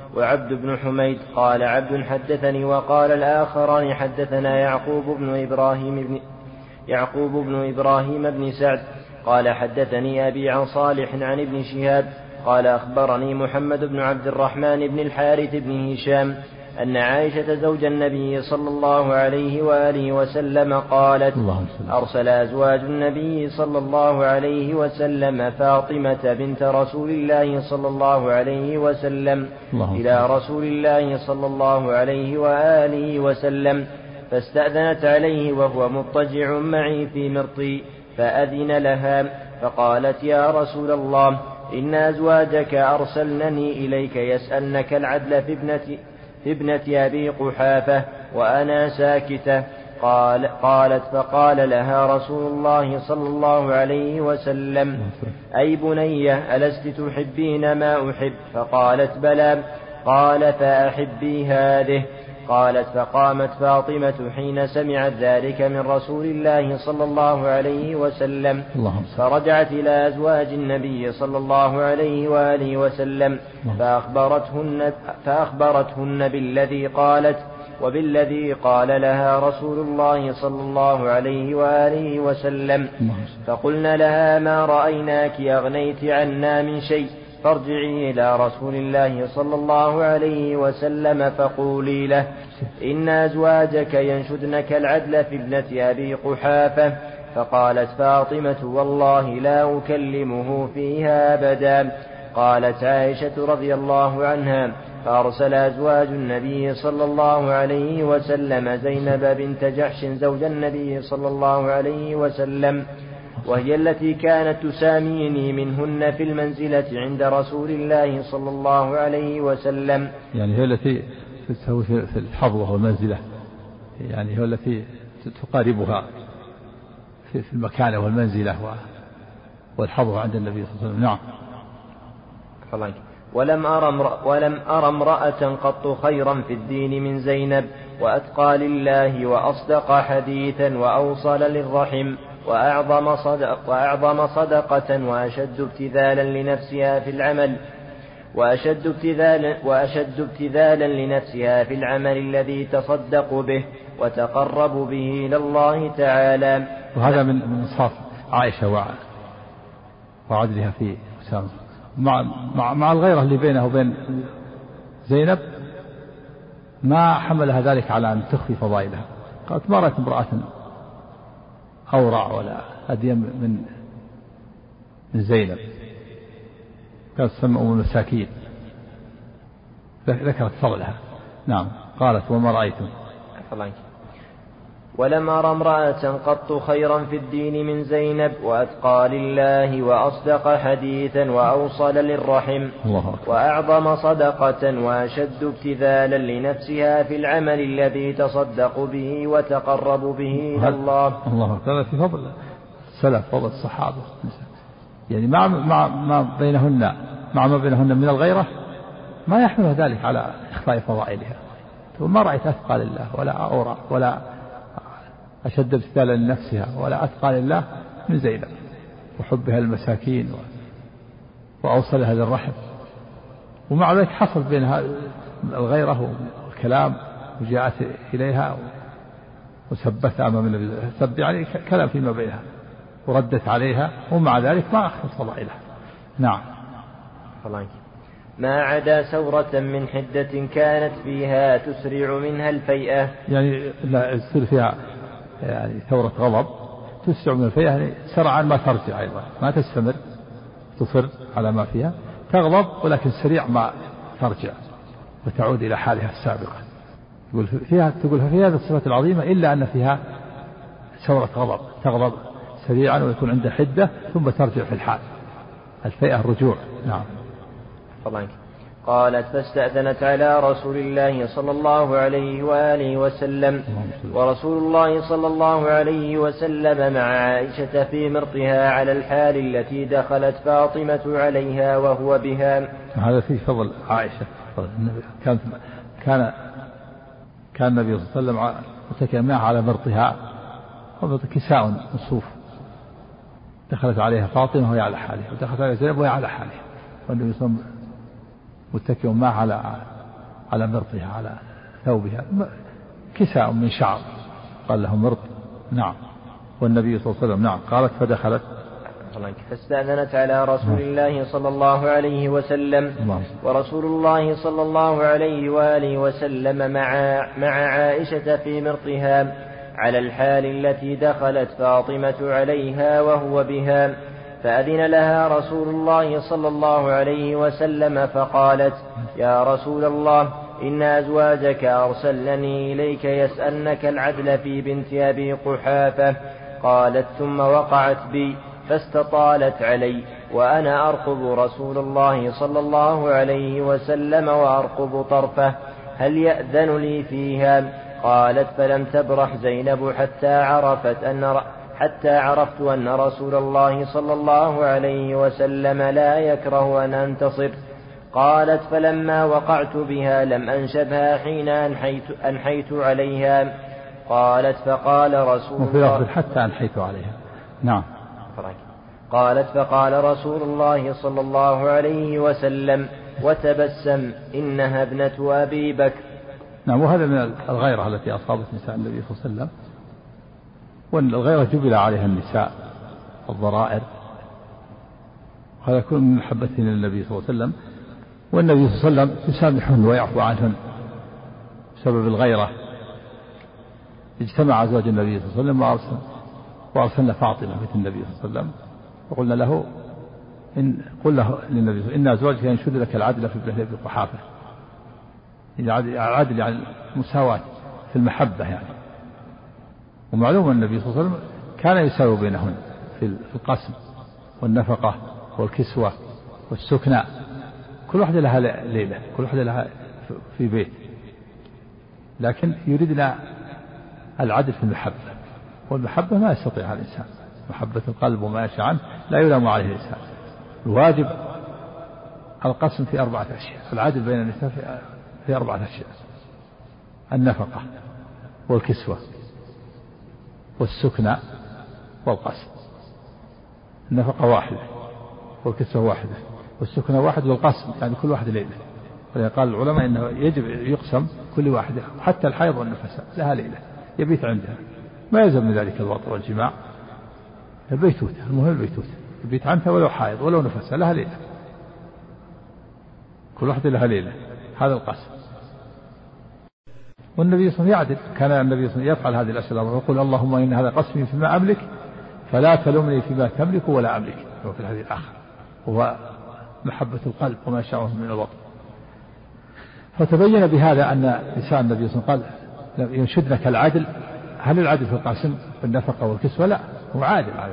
وعبد بن حميد. قال عبد حدثني وقال الآخران حدثنا يعقوب بن إبراهيم بن يعقوب بن إبراهيم بن سعد قال حدثني أبي عن صالح عن ابن شهاب قال أخبرني محمد بن عبد الرحمن بن الحارث بن هشام أن عائشة زوج النبي صلى الله عليه وآله وسلم قالت أرسل أزواج النبي صلى الله عليه وسلم فاطمة بنت رسول الله صلى الله عليه وسلم إلى رسول الله صلى الله عليه وآله وسلم فاستأذنت عليه وهو مضطجع معي في مرطي فأذن لها فقالت يا رسول الله إن أزواجك أرسلنني إليك يسألنك العدل في ابنة في ابنة أبي قحافة وأنا ساكتة. قال قالت فقال لها رسول الله صلى الله عليه وسلم أي بنية ألست تحبين ما أحب؟ فقالت بلى. قال فأحبي هذه. قالت فقامت فاطمة حين سمعت ذلك من رسول الله صلى الله عليه وسلم فرجعت إلى أزواج النبي صلى الله عليه وآله وسلم فأخبرتهن, فأخبرتهن بالذي قالت وبالذي قال لها رسول الله صلى الله عليه وآله وسلم فقلنا لها ما رأيناك أغنيت عنا من شيء فارجعي إلى رسول الله صلى الله عليه وسلم فقولي له إن أزواجك ينشدنك العدل في ابنة أبي قحافة. فقالت فاطمة والله لا أكلمه فيها أبدا. قالت عائشة رضي الله عنها فأرسل أزواج النبي صلى الله عليه وسلم زينب بنت جحش زوج النبي صلى الله عليه وسلم وهي التي كانت تساميني منهن في المنزلة عند رسول الله صلى الله عليه وسلم. يعني هي التي تسوي في الحظوة والمنزلة، يعني هي التي تقاربها في المكانة والمنزلة والحظوة عند النبي صلى الله عليه وسلم. نعم. ولم أرى ولم أرى امرأة قط خيرا في الدين من زينب وأتقى لله وأصدق حديثا وأوصل للرحم وأعظم, صدق وأعظم صدقة وأشد ابتذالا لنفسها في العمل وأشد ابتذالا, وأشد ابتذالا لنفسها في العمل الذي تصدق به وتقرب به إلى الله تعالى. وهذا من إنصاف عائشة وعدلها في أسامة مع, مع, مع الغيرة اللي بينه وبين زينب ما حملها ذلك على أن تخفي فضائلها. قالت ما رأيت امرأة أورع ولا أديم من من زينب، كانت تسمى أم المساكين، ذكرت فضلها. نعم. قالت وما رأيتم ولم أرى امرأة قط خيرا في الدين من زينب وأتقى لله وأصدق حديثا وأوصل للرحم وأعظم صدقة وأشد ابتذالا لنفسها في العمل الذي تصدق به وتقرب به إلى الله. الله هذا في فضل السلف، فضل الصحابة، يعني مع مع ما بينهن مع ما بينهن من الغيرة ما يحمل ذلك على إخفاء فضائلها. وما رأيت أثقى لله ولا أورع ولا أشد ابتذالا لنفسها ولا أتقى لله من زينب وحبها المساكين وأوصلها للرحم. ومع ذلك حصل بينها الغيرة والكلام وجاءت إليها وسبتها أمام النبي، سب يعني كلام فيما بينها وردت عليها، ومع ذلك ما أخذت فضائلها. نعم. ما عدا سورة من حدة كانت فيها تسرع منها الفيئة، يعني لا يصير فيها يعني ثورة غضب تسرع من الفيئة، يعني سرعا ما ترجع أيضا، ما تستمر، تصر على ما فيها، تغضب ولكن سريع ما ترجع وتعود إلى حالها السابقة. يقول فيها تقول في هذه الصفة العظيمة إلا أن فيها ثورة غضب، تغضب سريعا ويكون عندها حدة ثم ترجع في الحال، الفيئة الرجوع. نعم. قالت فاستأذنت على رسول الله صلى الله عليه وآله وسلم، ورسول الله صلى الله عليه وسلم مع عائشة في مرطها على الحال التي دخلت فاطمة عليها وهو بها. هذا فيه فضل عائشة. كان كان كان النبي صلى الله عليه وسلم متكئا معها على مرطها كساء من صوف، دخلت عليها فاطمة وهي على حالها، ودخلت عليها زينب وهي على حالها، والنبي صلى الله عليه وسلم متكئ معه على على مرطها على ثوبها كساء من شعر قال له مرط. نعم. والنبي صلى الله عليه وسلم نعم قالت فدخلت فاستأذنت على رسول الله صلى الله عليه وسلم ورسول الله صلى الله عليه وآله وسلم مع, مع عائشة في مرطها على الحال التي دخلت فاطمة عليها وهو بها، فأذن لها رسول الله صلى الله عليه وسلم فقالت: يا رسول الله، إن أزواجك أرسلني إليك يسألنك العدل في بنت أبي قحافة. قالت: ثم وقعت بي فاستطالت علي وأنا أرقب رسول الله صلى الله عليه وسلم وأرقب طرفه، هل يأذن لي فيها؟ قالت: فلم تبرح زينب حتى عرفت أن حتى عرفت أن رسول الله صلى الله عليه وسلم لا يكره أن أنتصر. قالت: فلما وقعت بها لم أنشبها حين أنحيت, أنحيت عليها. قالت: فقال رسول الله حتى أنحيت عليها. نعم. قالت: فقال رسول الله صلى الله عليه وسلم وتبسم: إنها ابنة أبي بكر. نعم. وهذا من الغيرة التي أصابت نساء النبي صلى الله عليه وسلم، والغيرة جبل عليها النساء الضرائر، وهذا كل من محبته للنبي صلى الله عليه وسلم، والنبي صلى الله عليه وسلم يسامحهن ويعفو عنهن بسبب الغيرة. اجتمع أزواج النبي صلى الله عليه وسلم وأرسلنا فاطمة بنت النبي صلى الله عليه وسلم وقلنا له إن قل له للنبي: إن أزواجك ينشد لك العدل في ابنة أبي قحافة. العدل يعني المساواة في المحبة يعني. ومعلوم أن النبي صلى الله عليه وسلم كان يساوي بينهن في القسم والنفقة والكسوة والسكنى، كل واحدة لها ليلة، كل واحدة لها في بيت، لكن يريدنا العدل في المحبة، والمحبة ما يستطيعها الإنسان، محبة القلب وما يشاء عنه لا يلام عليه الإنسان. الواجب القسم في أربعة أشياء، العدل بين النساء في, في أربعة أشياء: النفقة والكسوة والسكنى والقسم. النفقة واحدة والكسوة واحدة والسكنى واحد والقسم يعني كل واحد ليلة. قال العلماء إنه يجب يقسم كل واحدة، حتى الحيض والنفساء لها ليلة يبيت عندها، ما يلزم من ذلك الوطء والجماع، البيتوتة، المهم البيتوتة، يبيت عنها ولو حائض ولو نفساء لها ليلة، كل واحدة لها ليلة. هذا القسم. والنبي صلى الله عليه وسلم يعدل، كان النبي صلى الله عليه وسلم يفعل هذه الأشياء ويقول: اللهم إن هذا قسمي فيما أملك فلا تلومني فيما تملك ولا أملك. وفي الحديث الآخر هو محبة القلب وما شاءه من الوطن. فتبين بهذا أن نساء النبي صلى الله عليه وسلم ينشدن كالعدل. هل العدل في القسم بالنفقة والكسوة؟ لا، هو عادل على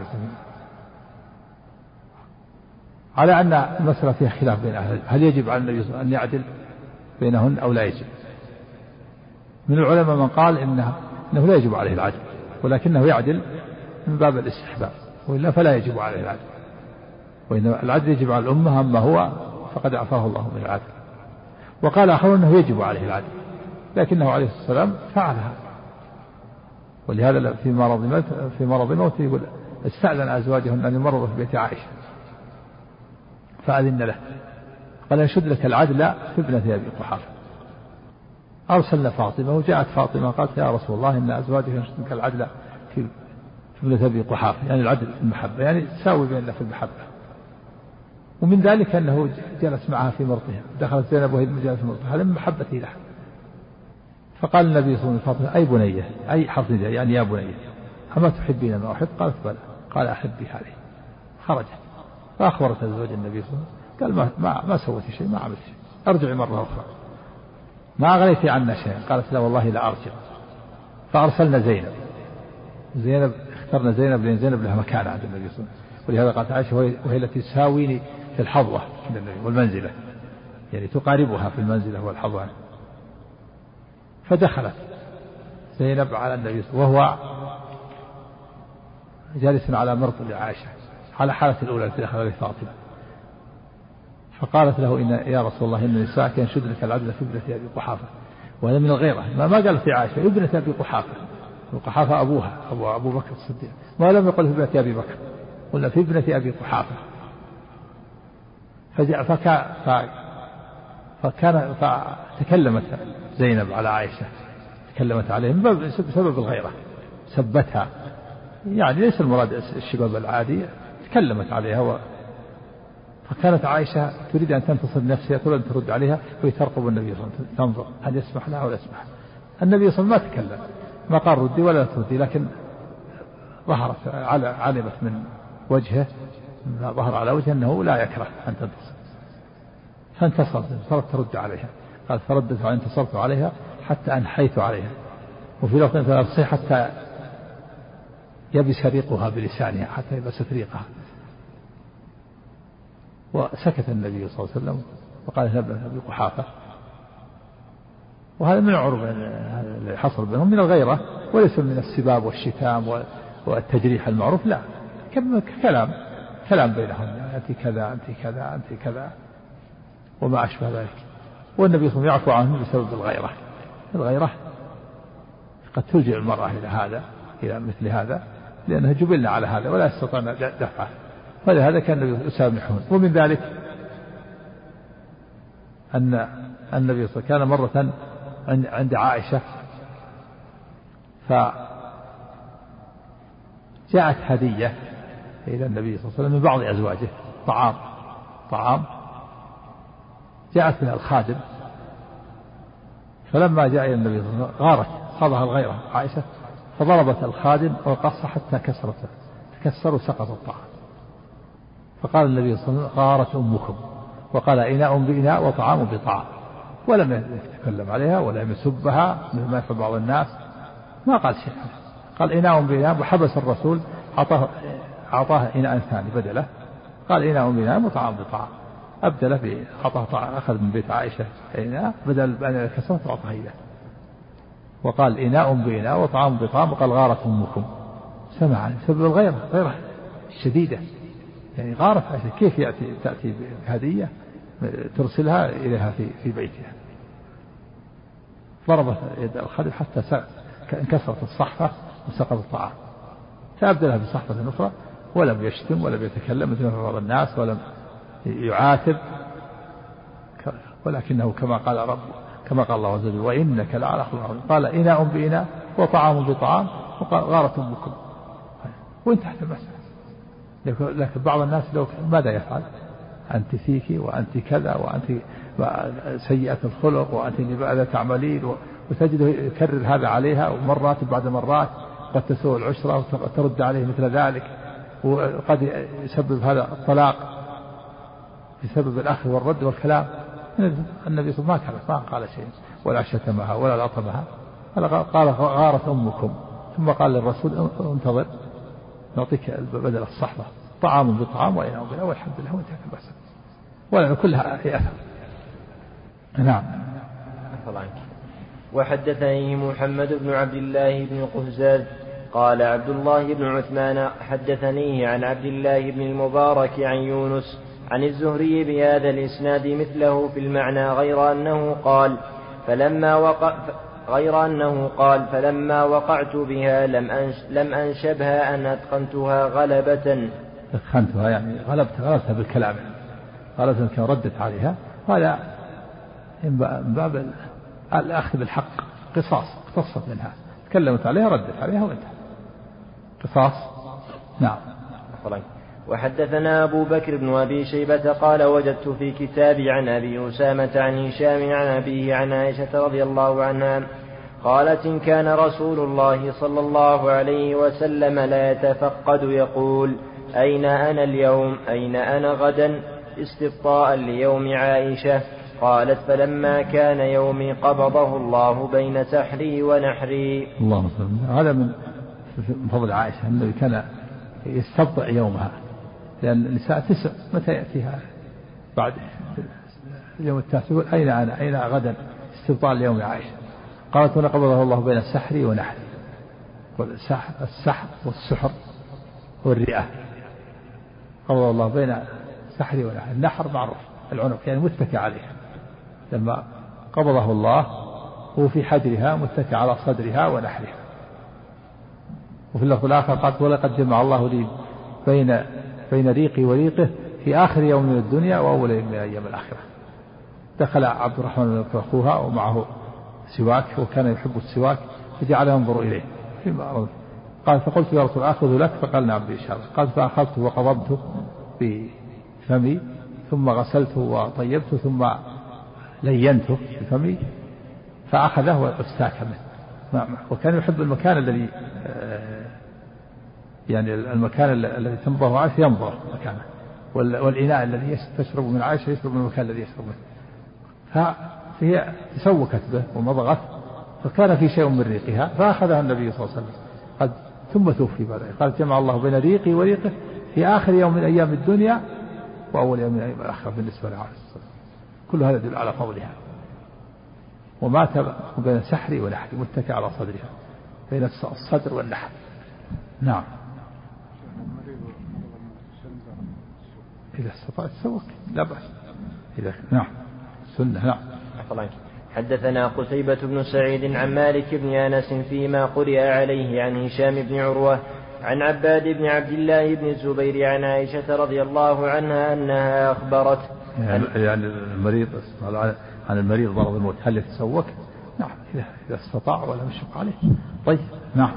على أن المسألة فيها خلاف بين أهل، هل يجب على النبي صلى الله عليه وسلم أن يعدل بينهن أو لا يجب؟ من العلماء من قال إنه, إنه لا يجب عليه العدل، ولكنه يعدل من باب الاستحباب، وإلا فلا يجب عليه العدل، وإن العدل يجب على الأمة، أما هو فقد عفاه الله من العدل. وقال آخرون أنه يجب عليه العدل، لكنه عليه الصلاة والسلام فعلها، ولهذا في مرض موت في مرض موت يقول: استأذن أزواجهن أن يمرضوا في بيت عائشة فأذن له، قال: ينشد لك العدل في ابنة أبي قحافة. أرسلنا فاطمة وجاءت فاطمة قالت: يا رسول الله، إن أزواجك ينشد لك العدل في ابنة أبي قحافة، يعني العدل في المحبة، يعني تساوي بيننا في المحبة. ومن ذلك أنه جلس معها في مرضها، دخلت زينب وهي جالسة في مرضها، هذا من محبته لها. فقال النبي صلى الله عليه وسلم: أي بنية، أي حرف نداء يعني يا بنية، أما تحبين ما أحب؟ قالت: بلى. قال: أحبي هذه. خرجت فأخبرت زوج النبي صلى الله عليه وسلم، قال: ما ما, ما سويت شيء، ما عملت شيء، أرجعي مرة أخرى، ما أغنيت عنا شيء. قالت: لا والله لا أرجع. فأرسلنا زينب زينب اخترنا زينب لأن زينب لها مكانة عند النبي صلى الله عليه وسلم، ولهذا قالت عائشة: وهي التي تساويني في الحظوة عند النبي والمنزلة، يعني تقاربها في المنزلة والحظوة. فدخلت زينب على النبي وهو جالس على مرط لعائشة على حالة الأولى التي دخل عليه فاطمة. فقالت له: إن يا رسول الله، إن نساءك ينشد لك العدل في ابنة أبي قحافة. وهذا من الغيرة، ما ما قال في عائشة ابنة أبي قحافة، وقحافة أبوها أبو أبو بكر الصديق، ما لم يقل في ابنة أبي بكر، ولا في ابنة أبي قحافة. فجاء فكا فكان فتكلمت زينب على عائشة، تكلمت عليهم بسبب الغيرة، سبتها، يعني ليس المراد الشباب العادي، تكلمت عليها و... فكانت عائشة تريد أن تنتصر نفسها، تريد أن ترد عليها، وهي ترقب النبي صلى الله عليه وسلم تنظر هل يسمح لها ولا يسمح. النبي صلى الله عليه وسلم ما تكلم، ما قال ردي ولا تردي، لكن ظهرت علمت من وجهه، ظهر على وجهه أنه لا يكره أن تنتصر، فانتصرت، صارت ترد عليها، قال فردت وانتصرت عليها حتى أنحيت عليها، وفي لفظ فأرصي حتى يبس ريقها بلسانها، حتى يبس ريقها. وسكت النبي صلى الله عليه وسلم وقال نبأ أبي قحافة. وهذا من العرب اللي حصل بينهم من الغيرة، وليس من السباب والشتام والتجريح المعروف، لا، كلام كلام بينهم، أنت كذا أنت كذا أنت كذا وما أشبه ذلك. والنبي صلى الله عليه وسلم يعفو عنه بسبب الغيرة. الغيرة قد تلجئ المرأة إلى هذا، إلى مثل هذا، لأنها جبلنا على هذا ولا يستطيعن دفعه، فلهذا كان النبي يسامحون. ومن ذلك أن النبي صلى الله عليه وسلم كان مرة عند عائشة، فجاءت هدية إلى النبي صلى الله عليه وسلم من بعض أزواجه، طعام طعام جاءت بها الخادم، فلما جاء إلى النبي صلى الله عليه وسلم غارت، خاضها الغيرة عائشة، فضربت الخادم والقص حتى كسرته، تكسر وسقط الطعام. فقال النبي صلى الله عليه وسلم غارت أمكم، وقال إناء بإناء وطعام بطعام، ولم يتكلم عليها ولم يسبها مثل ما يفعل بعض الناس، ما قال شيء، قال إناء بإناء، وحبس الرسول أعطاه أعطاه إناء ثاني بدله، قال إناء بإناء وطعام بطعام، أبدله بأعطاه، أخذ من بيت عائشة إناء بدل أن كسرت وأعطاه إياه، وقال إناء بإناء وطعام بطعام، وقال غارت أمكم، سمع بسبب الغيرة، غيرة شديدة، يعني غارت عائشة، كيف يأتي تأتي بهدية ترسلها إليها في في بيتها. ضربت يد الخادم حتى انكسرت الصحفة وسقط الطعام، فأبدلها بصحفة أخرى، ولم يشتم ولم يتكلم مثل بعض الناس، ولم يعاتب، ولكنه كما قال رب كما قال الله عز وجل وإنك لعلى خلق عظيم، قال إناء بإناء وطعام بطعام، وقال غارت أمكم، وانتهت المسألة. لكن بعض الناس لو ماذا يفعل؟ أنت فيك وأنت كذا وأنت سيئة الخلق وأنت ماذا تعملين، وتجده يكرر هذا عليها ومرات بعد مرات، قد تسوء العشرة وترد عليه مثل ذلك، وقد يسبب هذا الطلاق بسبب الأخذ والرد والكلام. النبي صلى الله عليه وسلم ما قال شيء ولا شتمها ولا لطمها، قال غارت أمكم، ثم قال للرسول انتظر نعطيك بدل الصحبة طعام بطعام وإناء بإناء والحمد لله وانتهت المسألة، ولا كلها هي أثر. نعم. وحدثني محمد بن عبد الله بن قهزاز قال عبد الله بن عثمان حدثنيه عن عبد الله بن المبارك عن يونس عن الزهري بهذا الإسناد مثله في المعنى، غير أنه قال فلما وقع غير أنه قال فلما وقعت بها لم أنش لم أنشبها أن أتقنتها غلبة. أتقنتها يعني غلبت غلبتها بالكلام، غلبتها كان ردت عليها، هذا من باب الأخذ بالحق، قصاص، اقتصت منها، تكلمت عليها ردت عليها وانتهى، قصاص. نعم. وحدثنا أبو بكر بن أبي شيبة قال وجدت في كتابي عن أبي أسامة عن هشام عن أبيه عن عائشة رضي الله عنها قالت إن كان رسول الله صلى الله عليه وسلم لا يتفقد يقول أين أنا اليوم أين أنا غدا استبطاء ليوم عائشة. قالت فلما كان يومي قبضه الله بين سحري ونحري. اللهم صل. هذا من فضل عائشة أنه كان يستبطئ يومها، لأن النساء تسع متى يأتيها بعد اليوم التاسع يقول أين أنا أين غدا استبطاء ليوم عائشة. قالت هنا قبضه الله بين سحري ونحري، السحر والسحر والرئة، قبضه الله بين سحري ونحري. النحر معروف العنق يعني متكئ عليها، لما قبضه الله هو في حجرها متكئ على صدرها ونحرها. وفي اللفظ الآخر قالت ولقد جمع الله لي بين بين ريقي وريقه في آخر يوم من الدنيا وأول يوم من أيام الآخرة. دخل عبد الرحمن بن أخوها ومعه سواك وكان يحب السواك فجعل ينظر إليه قال فقلت يا رسول آخذ لك فقال نعم بإشارة قال فأخذته وقضبته بفمي ثم غسلته وطيبته ثم لينته بفمي فأخذه واستاك منه وكان يحب المكان الذي يعني المكان الذي تنظر عائشة ينظر مكانه والإناء الذي تشرب من عائشة يشرب من المكان الذي يشرب منه فهي تسوكت به ومضغت فكان في شيء من ريقها فأخذها النبي صلى الله عليه وسلم قد ثم توفي بعد قال جمع الله بين ريقي وريقه في آخر يوم من أيام الدنيا وأول يوم من أيام الآخرة بالنسبة لعائشة كل هذا يدل على فضلها ومات بين سحري ولحدي متكئ على صدرها بين الصدر واللحد. نعم إذا استطاع تسوك لا بأس إذا نعم سنة. نعم. حدثنا قتيبة بن سعيد عن مالك بن أنس فيما قرئ عليه عن هشام بن عروة عن عباد بن عبد الله بن الزبير عن عائشة رضي الله عنها أنها أخبرت يعني المريض عن المريض مرض الموت هل يتسوك؟ نعم إذا استطاع ولا يشق عليه. طيب. نعم.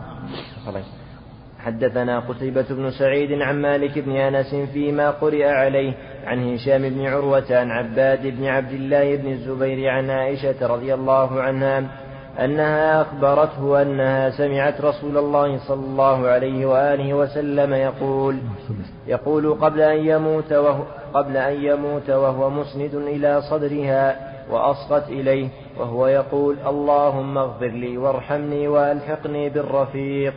حدثنا قتيبة بن سعيد عن مالك بن أنس فيما قرئ عليه عن هشام بن عروة عن عباد بن عبد الله بن الزبير عن عائشة رضي الله عنها أنها أخبرته أنها سمعت رسول الله صلى الله عليه وآله وسلم يقول يقول قبل أن يموت وهو, قبل أن يموت وهو مسند إلى صدرها وأصغت إليه وهو يقول اللهم اغفر لي وارحمني وألحقني بالرفيق.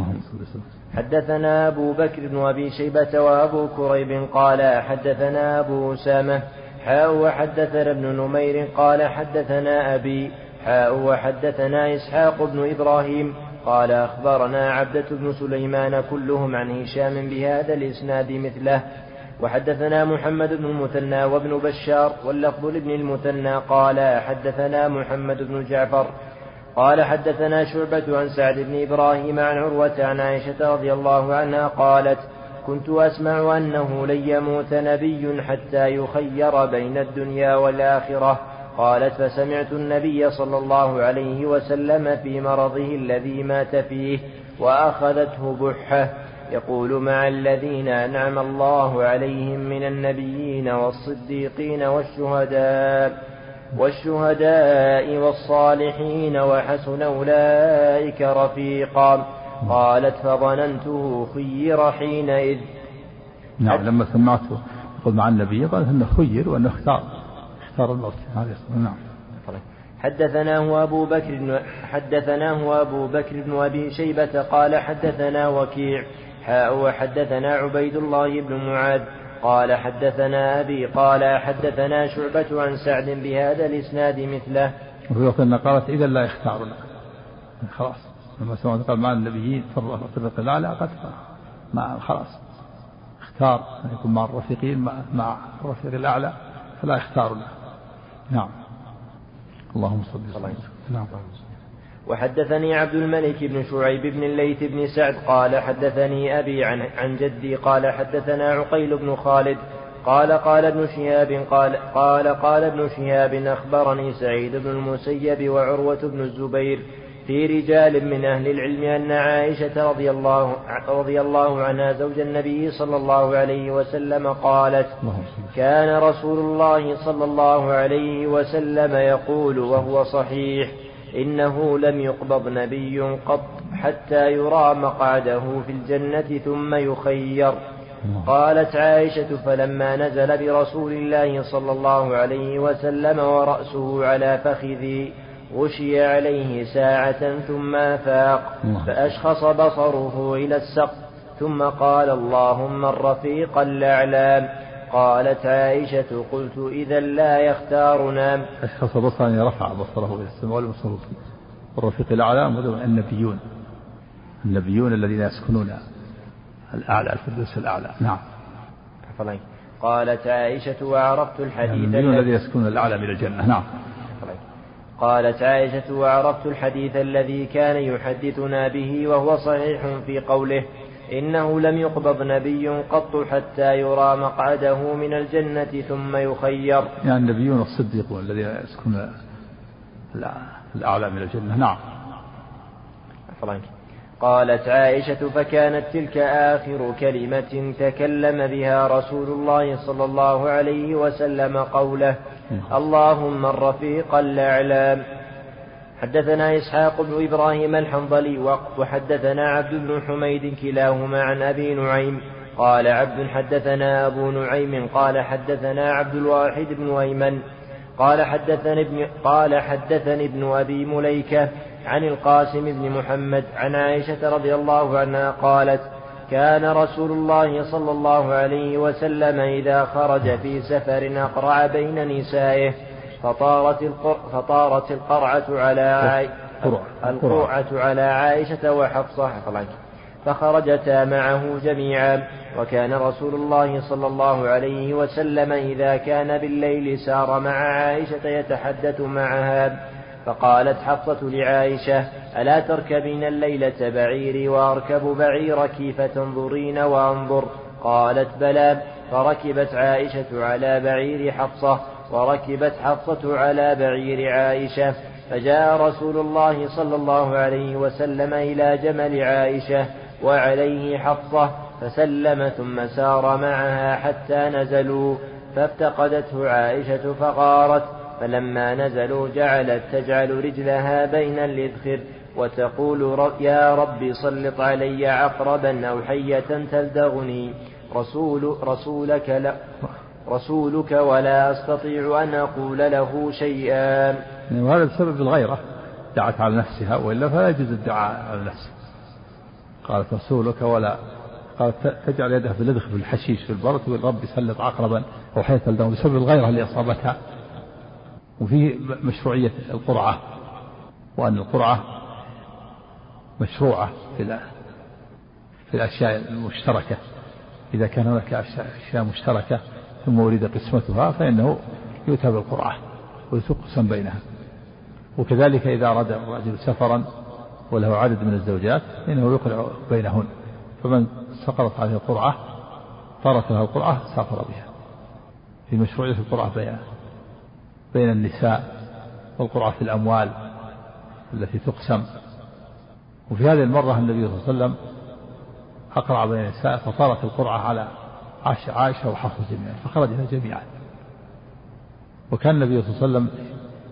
حدثنا أبو بكر بن أبي شيبة وأبو كريب قال حدثنا أبو أسامة حاء وحدثنا ابن نمير قال حدثنا أبي حاء وحدثنا إسحاق بن إبراهيم قال أخبرنا عبدة بن سليمان كلهم عن هشام بهذا الإسناد مثله. وحدثنا محمد بن المثنى وابن بشار واللفظ لابن المثنى قال حدثنا محمد بن جعفر قال حدثنا شعبة عن سعد بن إبراهيم عن عروة عن عائشة رضي الله عنها قالت كنت أسمع أنه لن يموت نبي حتى يخير بين الدنيا والآخرة. قالت فسمعت النبي صلى الله عليه وسلم في مرضه الذي مات فيه وأخذته بحة يقول مع الذين أنعم الله عليهم من النبيين والصديقين والشهداء والشهداء والصالحين وحسن أولئك رفيقا. قالت فظننته خير حينئذ. نعم لما سمعته يقول مع النبي قال أنه خير وأنه اختار اختار الموت. نعم. حدثناه أبو بكر حدثناه أبو بكر بن أبي شيبة قال حدثنا وكيع حاء وحدثنا عبيد الله بن معاذ قال حدثنا أبي قال حدثنا شعبة عن سعد بهذا الإسناد مثله. وفي وقت أن قالت إذا لا يختارنا خلاص لما سمعت قال مع النبيين في الرفيق الأعلى قد مع خلاص اختار أن يكون مع الرفيقين مع, مع الرفيق الأعلى فلا يختارنا. نعم. اللهم صل وسلم. نعم. وحدثني عبد الملك بن شعيب بن الليث بن سعد قال حدثني أبي عن, عن جدي قال حدثنا عقيل بن خالد قال قال ابن شهاب قال قال قال ابن شهاب أخبرني سعيد بن المسيب وعروة بن الزبير في رجال من أهل العلم أن عائشة رضي الله, رضي الله عنها زوج النبي صلى الله عليه وسلم قالت كان رسول الله صلى الله عليه وسلم يقول وهو صحيح إنه لم يقبض نبي قط حتى يرى مقعده في الجنة ثم يخير. قالت عائشة فلما نزل برسول الله صلى الله عليه وسلم ورأسه على فخذي غشي عليه ساعة ثم أفاق فأشخص بصره إلى السقف ثم قال اللهم الرفيق الأعلى. قالت عائشة قلت إذا لا يختارنا. أشخص بصره رفع بصره إلى السماء والبصر الرفيق الأعلى النبيون النبيون الذين يسكنون الأعلى الفردوس الأعلى. نعم. قالت عائشة وعرفت الحديث النبيون الذين يسكنون الأعلى من الجنة. نعم. قالت عائشة وعرفت الحديث الذي كان يحدثنا به وهو صحيح في قوله إنه لم يقبض نبي قط حتى يرى مقعده من الجنة ثم يخير. يعني النبيون والصديقون الذين يسكنون الأعلى من الجنة. نعم. قالت عائشة فكانت تلك آخر كلمة تكلم بها رسول الله صلى الله عليه وسلم قوله اللهم الرفيق الأعلى. حدثنا إسحاق بن إبراهيم الحنظلي وحدثنا عبد بن حميد كلاهما عن أبي نعيم قال عبد حدثنا أبو نعيم قال حدثنا عبد الواحد بن أيمن قال حدثني ابن, قال حدثني ابن أبي مليكة عن القاسم بن محمد عن عائشة رضي الله عنها قالت كان رسول الله صلى الله عليه وسلم إذا خرج في سفر أقرع بين نسائه فطارت, القر... فطارت القرعة على عاي... القرعة على عائشة وحفصة فخرجتا معه جميعا. وكان رسول الله صلى الله عليه وسلم إذا كان بالليل سار مع عائشة يتحدث معها. فقالت حفصة لعائشة ألا تركبين الليلة بعيري وأركب بعيرك فتنظرين وأنظر؟ قالت بلى. فركبت عائشة على بعير حفصة وركبت حفصة على بعير عائشة. فجاء رسول الله صلى الله عليه وسلم إلى جمل عائشة وعليه حفصة فسلم ثم سار معها حتى نزلوا فافتقدته عائشة فغارت. فلما نزلوا جعلت تجعل رجلها بين الإذخر وتقول يا رب سلط علي عقربا أو حية تلدغني رسول رسولك, لا رسولك ولا أستطيع أن أقول له شيئا. وهذا بسبب الغيرة دعت على نفسها وإلا فلا يجوز الدعاء على نفسها. قالت رسولك ولا قالت تجعل يدها في الإذخر في الحشيش في البر تقول رب سلط عقربا أو حية تلدغني بسبب الغيرة اللي أصابتها. وفيه مشروعية القرعة وأن القرعة مشروعة في في الأشياء المشتركة. إذا كان هناك أشياء مشتركة ثم أريد قسمتها فإنه يؤتى بالقرعة ويقسم بينها. وكذلك إذا أراد الرجل سفرا وله عدد من الزوجات فإنه يقرع بينهن فمن سقطت عليه القرعة طارت لها القرعة سافر بها. في مشروعية القرعة بين بين النساء والقرعة في الأموال التي تقسم. وفي هذه المرة النبي صلى الله عليه وسلم أقرع بين النساء فطارت القرعة على عائشة وحفصة جميعا فخرجنا جميعا. وكان النبي صلى الله عليه وسلم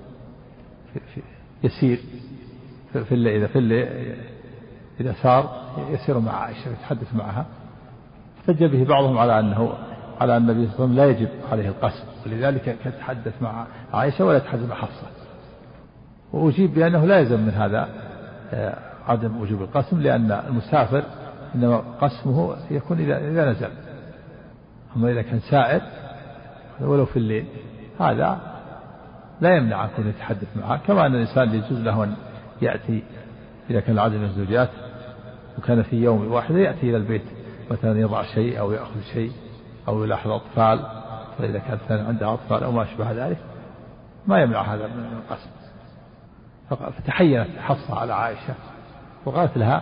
يسير في الليل إذا في الليل إذا سار يسير مع عائشة يتحدث معها. احتج به بعضهم على أنه على أن النبي صلى الله عليه وسلم لا يجب عليه القسم ولذلك يتحدث مع عائشة ولا يتحدث مع حفصة. وأجيب بأنه لا يلزم من هذا عدم وجوب القسم لأن المسافر إنما قسمه يكون إذا إذا نزل. أما إذا كان سائر ولو في الليل هذا لا يمنع أن يتحدث معه. كما أن الإنسان يجوز له أن يأتي إذا كان العدد من الزوجات وكان في يوم واحد يأتي إلى البيت مثلا يضع شيء أو يأخذ شيء أو يلاحظ أطفال فإذا كانت عندها أطفال أو ما أشبه ذلك ما يمنع هذا من القسم. فتحينت حفصة على عائشة وقالت لها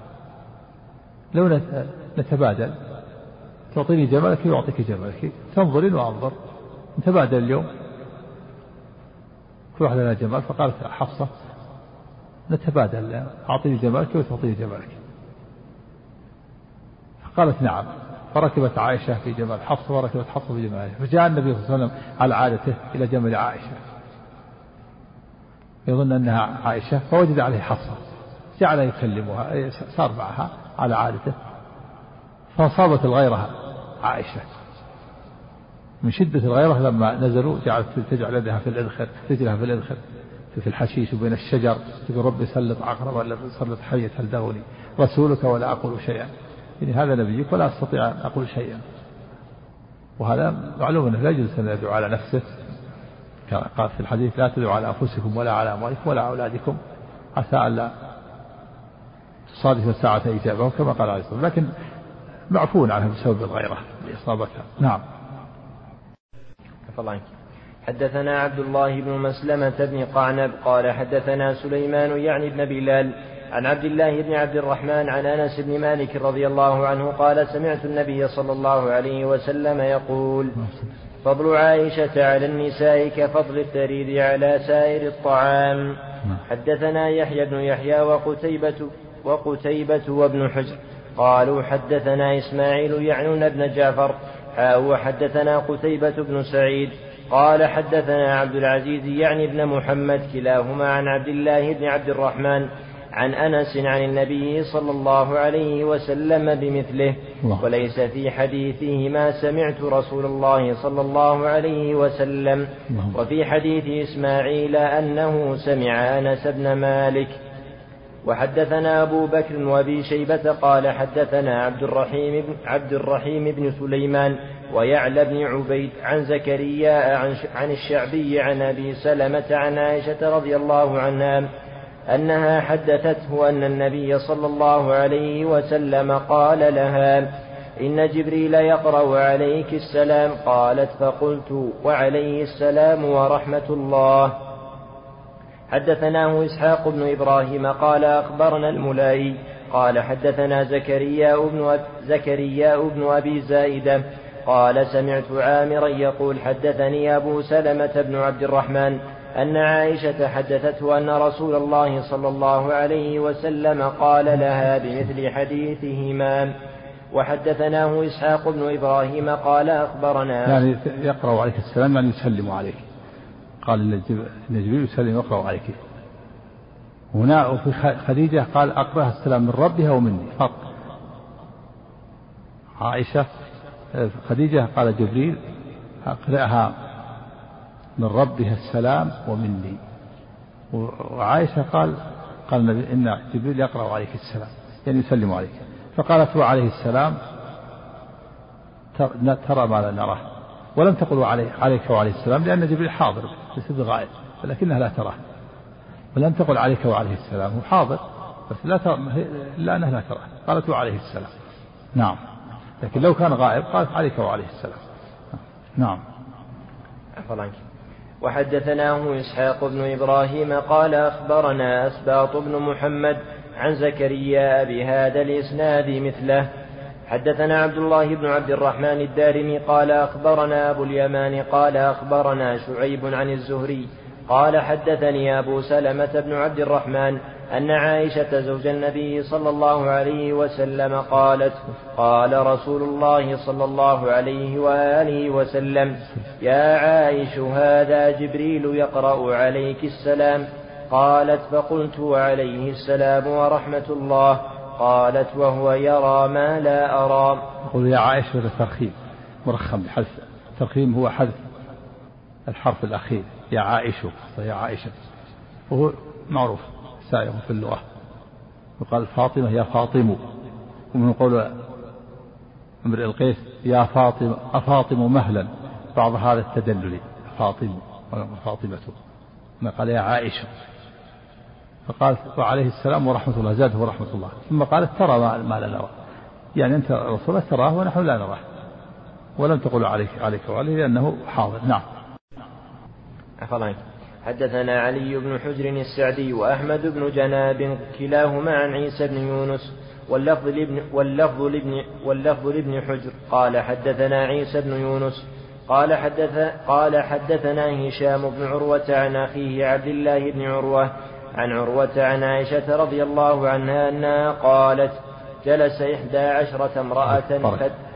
لو نتبادل تعطيني جملك ويعطيك جملك تنظرين وأنظر نتبادل اليوم كل واحد لنا جمال. فقالت حفصة نتبادل أعطيني جمالك وتعطيني جمالك. فقالت نعم. فركبت عائشة في جمال حفصة وركبت حفصة في جمال عائشة. فجاء النبي صلى الله عليه وسلم على عادته إلى جمل عائشة يظن أنها عائشة فوجد عليه حفصة جعل يكلمها صار معها على عادته. فأصابت الغيرة عائشة من شدة الغيرة لما نزلوا جعلت تجعل يدها في الإذخر رجلها في الإذخر في الحشيش وبين الشجر تقول ربي سلط عقرب ولا سلط حية تلدغني رسولك ولا أقول شيئا. يعني هذا نبيك ولا أستطيع أن أقول شيئا. وهذا معلوم أنه لا يجوز أن يدعو على نفسه. كما قال في الحديث لا تدعوا على أنفسكم ولا على أموالكم ولا أولادكم عسى ألا تصادف الساعة إجابهم كما قال عليه الصلاة والسلام. لكن معفون عنها بسبب الغيرة لإصابتها. نعم. حدثنا عبد الله بن مسلمة بن قعنب قال حدثنا سليمان يعني بن بلال عن عبد الله بن عبد الرحمن عن أنس بن مالك رضي الله عنه قال سمعت النبي صلى الله عليه وسلم يقول فضل عائشة على النساء كفضل الثريد على سائر الطعام. حدثنا يحيى بن يحيى وقتيبة, وقتيبة وابن حجر قالوا حدثنا إسماعيل يعنون بن جعفر وحدثنا قتيبة بن سعيد قال حدثنا عبد العزيز يعني بن محمد كلاهما عن عبد الله بن عبد الرحمن عن أنس عن النبي صلى الله عليه وسلم بمثله وليس في حديثهما سمعت رسول الله صلى الله عليه وسلم وفي حديث إسماعيل أنه سمع أنس بن مالك. وحدثنا أبو بكر وأبي شيبة قال حدثنا عبد الرحيم بن, عبد الرحيم بن سليمان ويعلى بن عبيد عن زكريا عن, عن الشعبي عن أبي سلمة عن عائشة رضي الله عنها أنها حدثته أن النبي صلى الله عليه وسلم قال لها إن جبريل يقرأ عليك السلام قالت فقلت وعليه السلام ورحمة الله. حدثناه إسحاق بن إبراهيم قال أخبرنا الملائي قال حدثنا زكريا بن, زكريا بن أبي زائدة قال سمعت عامرا يقول حدثني أبو سلمة بن عبد الرحمن أن عائشة حدثته أن رسول الله صلى الله عليه وسلم قال لها بمثل حديثهما. وحدثناه إسحاق بن إبراهيم قال أخبرنا يعني يقرأ عليك السلام يعني يسلم عليك قال إن جبريل يسلم يقرأ عليك. هنا في خديجة قال أقرأها السلام من ربها ومني فرق. عائشة خديجة قال جبريل أقرأها من ربها السلام ومني. وعائشة قال قال النبي إن جبريل يقرأ عليك السلام يعني يسلم عليك. فقالت عليه السلام ترى ما لا نراه ولم تقل عليه عليك وعليه السلام لأن جبريل حاضر ليس بغائب ولكنها لا تراه ولم تقل عليك وعليه السلام هو حاضر بس لا ترى لا أنها لا تراه قالت عليه السلام. نعم لكن لو كان غائب قالت عليك وعليه السلام. نعم. وحدثناه إسحاق بن إبراهيم قال أخبرنا أسباط بن محمد عن زكريا بهذا الإسناد مثله. حدثنا عبد الله بن عبد الرحمن الدارمي قال أخبرنا أبو اليمان قال أخبرنا شعيب عن الزهري قال حدثني أبو سلمة بن عبد الرحمن أن عائشة زوج النبي صلى الله عليه وسلم قالت قال رسول الله صلى الله عليه وآله وسلم يا عائش هذا جبريل يقرأ عليك السلام قالت فقلت وعليه السلام ورحمة الله قالت وهو يرى ما لا أرى. يقول يا عائشة هذا ترخيم مرخم بحذف الترخيم هو حذف الحرف الأخير يا عائشة يا عائشة وهو معروف سائغ في اللغة. وقال فاطمة يا فاطم ومن قول امرئ القيس يا فاطمة أفاطم مهلا بعض هذا التدلل فاطم وفاطمة قال يا عائشة فقال وعليه السلام ورحمة الله زاده ورحمة الله ثم قالت ترى ما لا نرى يعني أنت رسول تراه ونحن لا نراه ولم تقل عليك عليك وعليه لأنه حاضر. نعم. أفضل. حدثنا علي بن حجر السعدي وأحمد بن جناب كلاهما عن عيسى بن يونس واللفظ لابن, واللفظ لابن, واللفظ لابن حجر قال حدثنا عيسى بن يونس قال, حدث قال حدثنا هشام بن عروة عن أخيه عبد الله بن عروة عن عروة عن عائشة رضي الله عنها أنها قالت جلس إحدى عشرة امرأة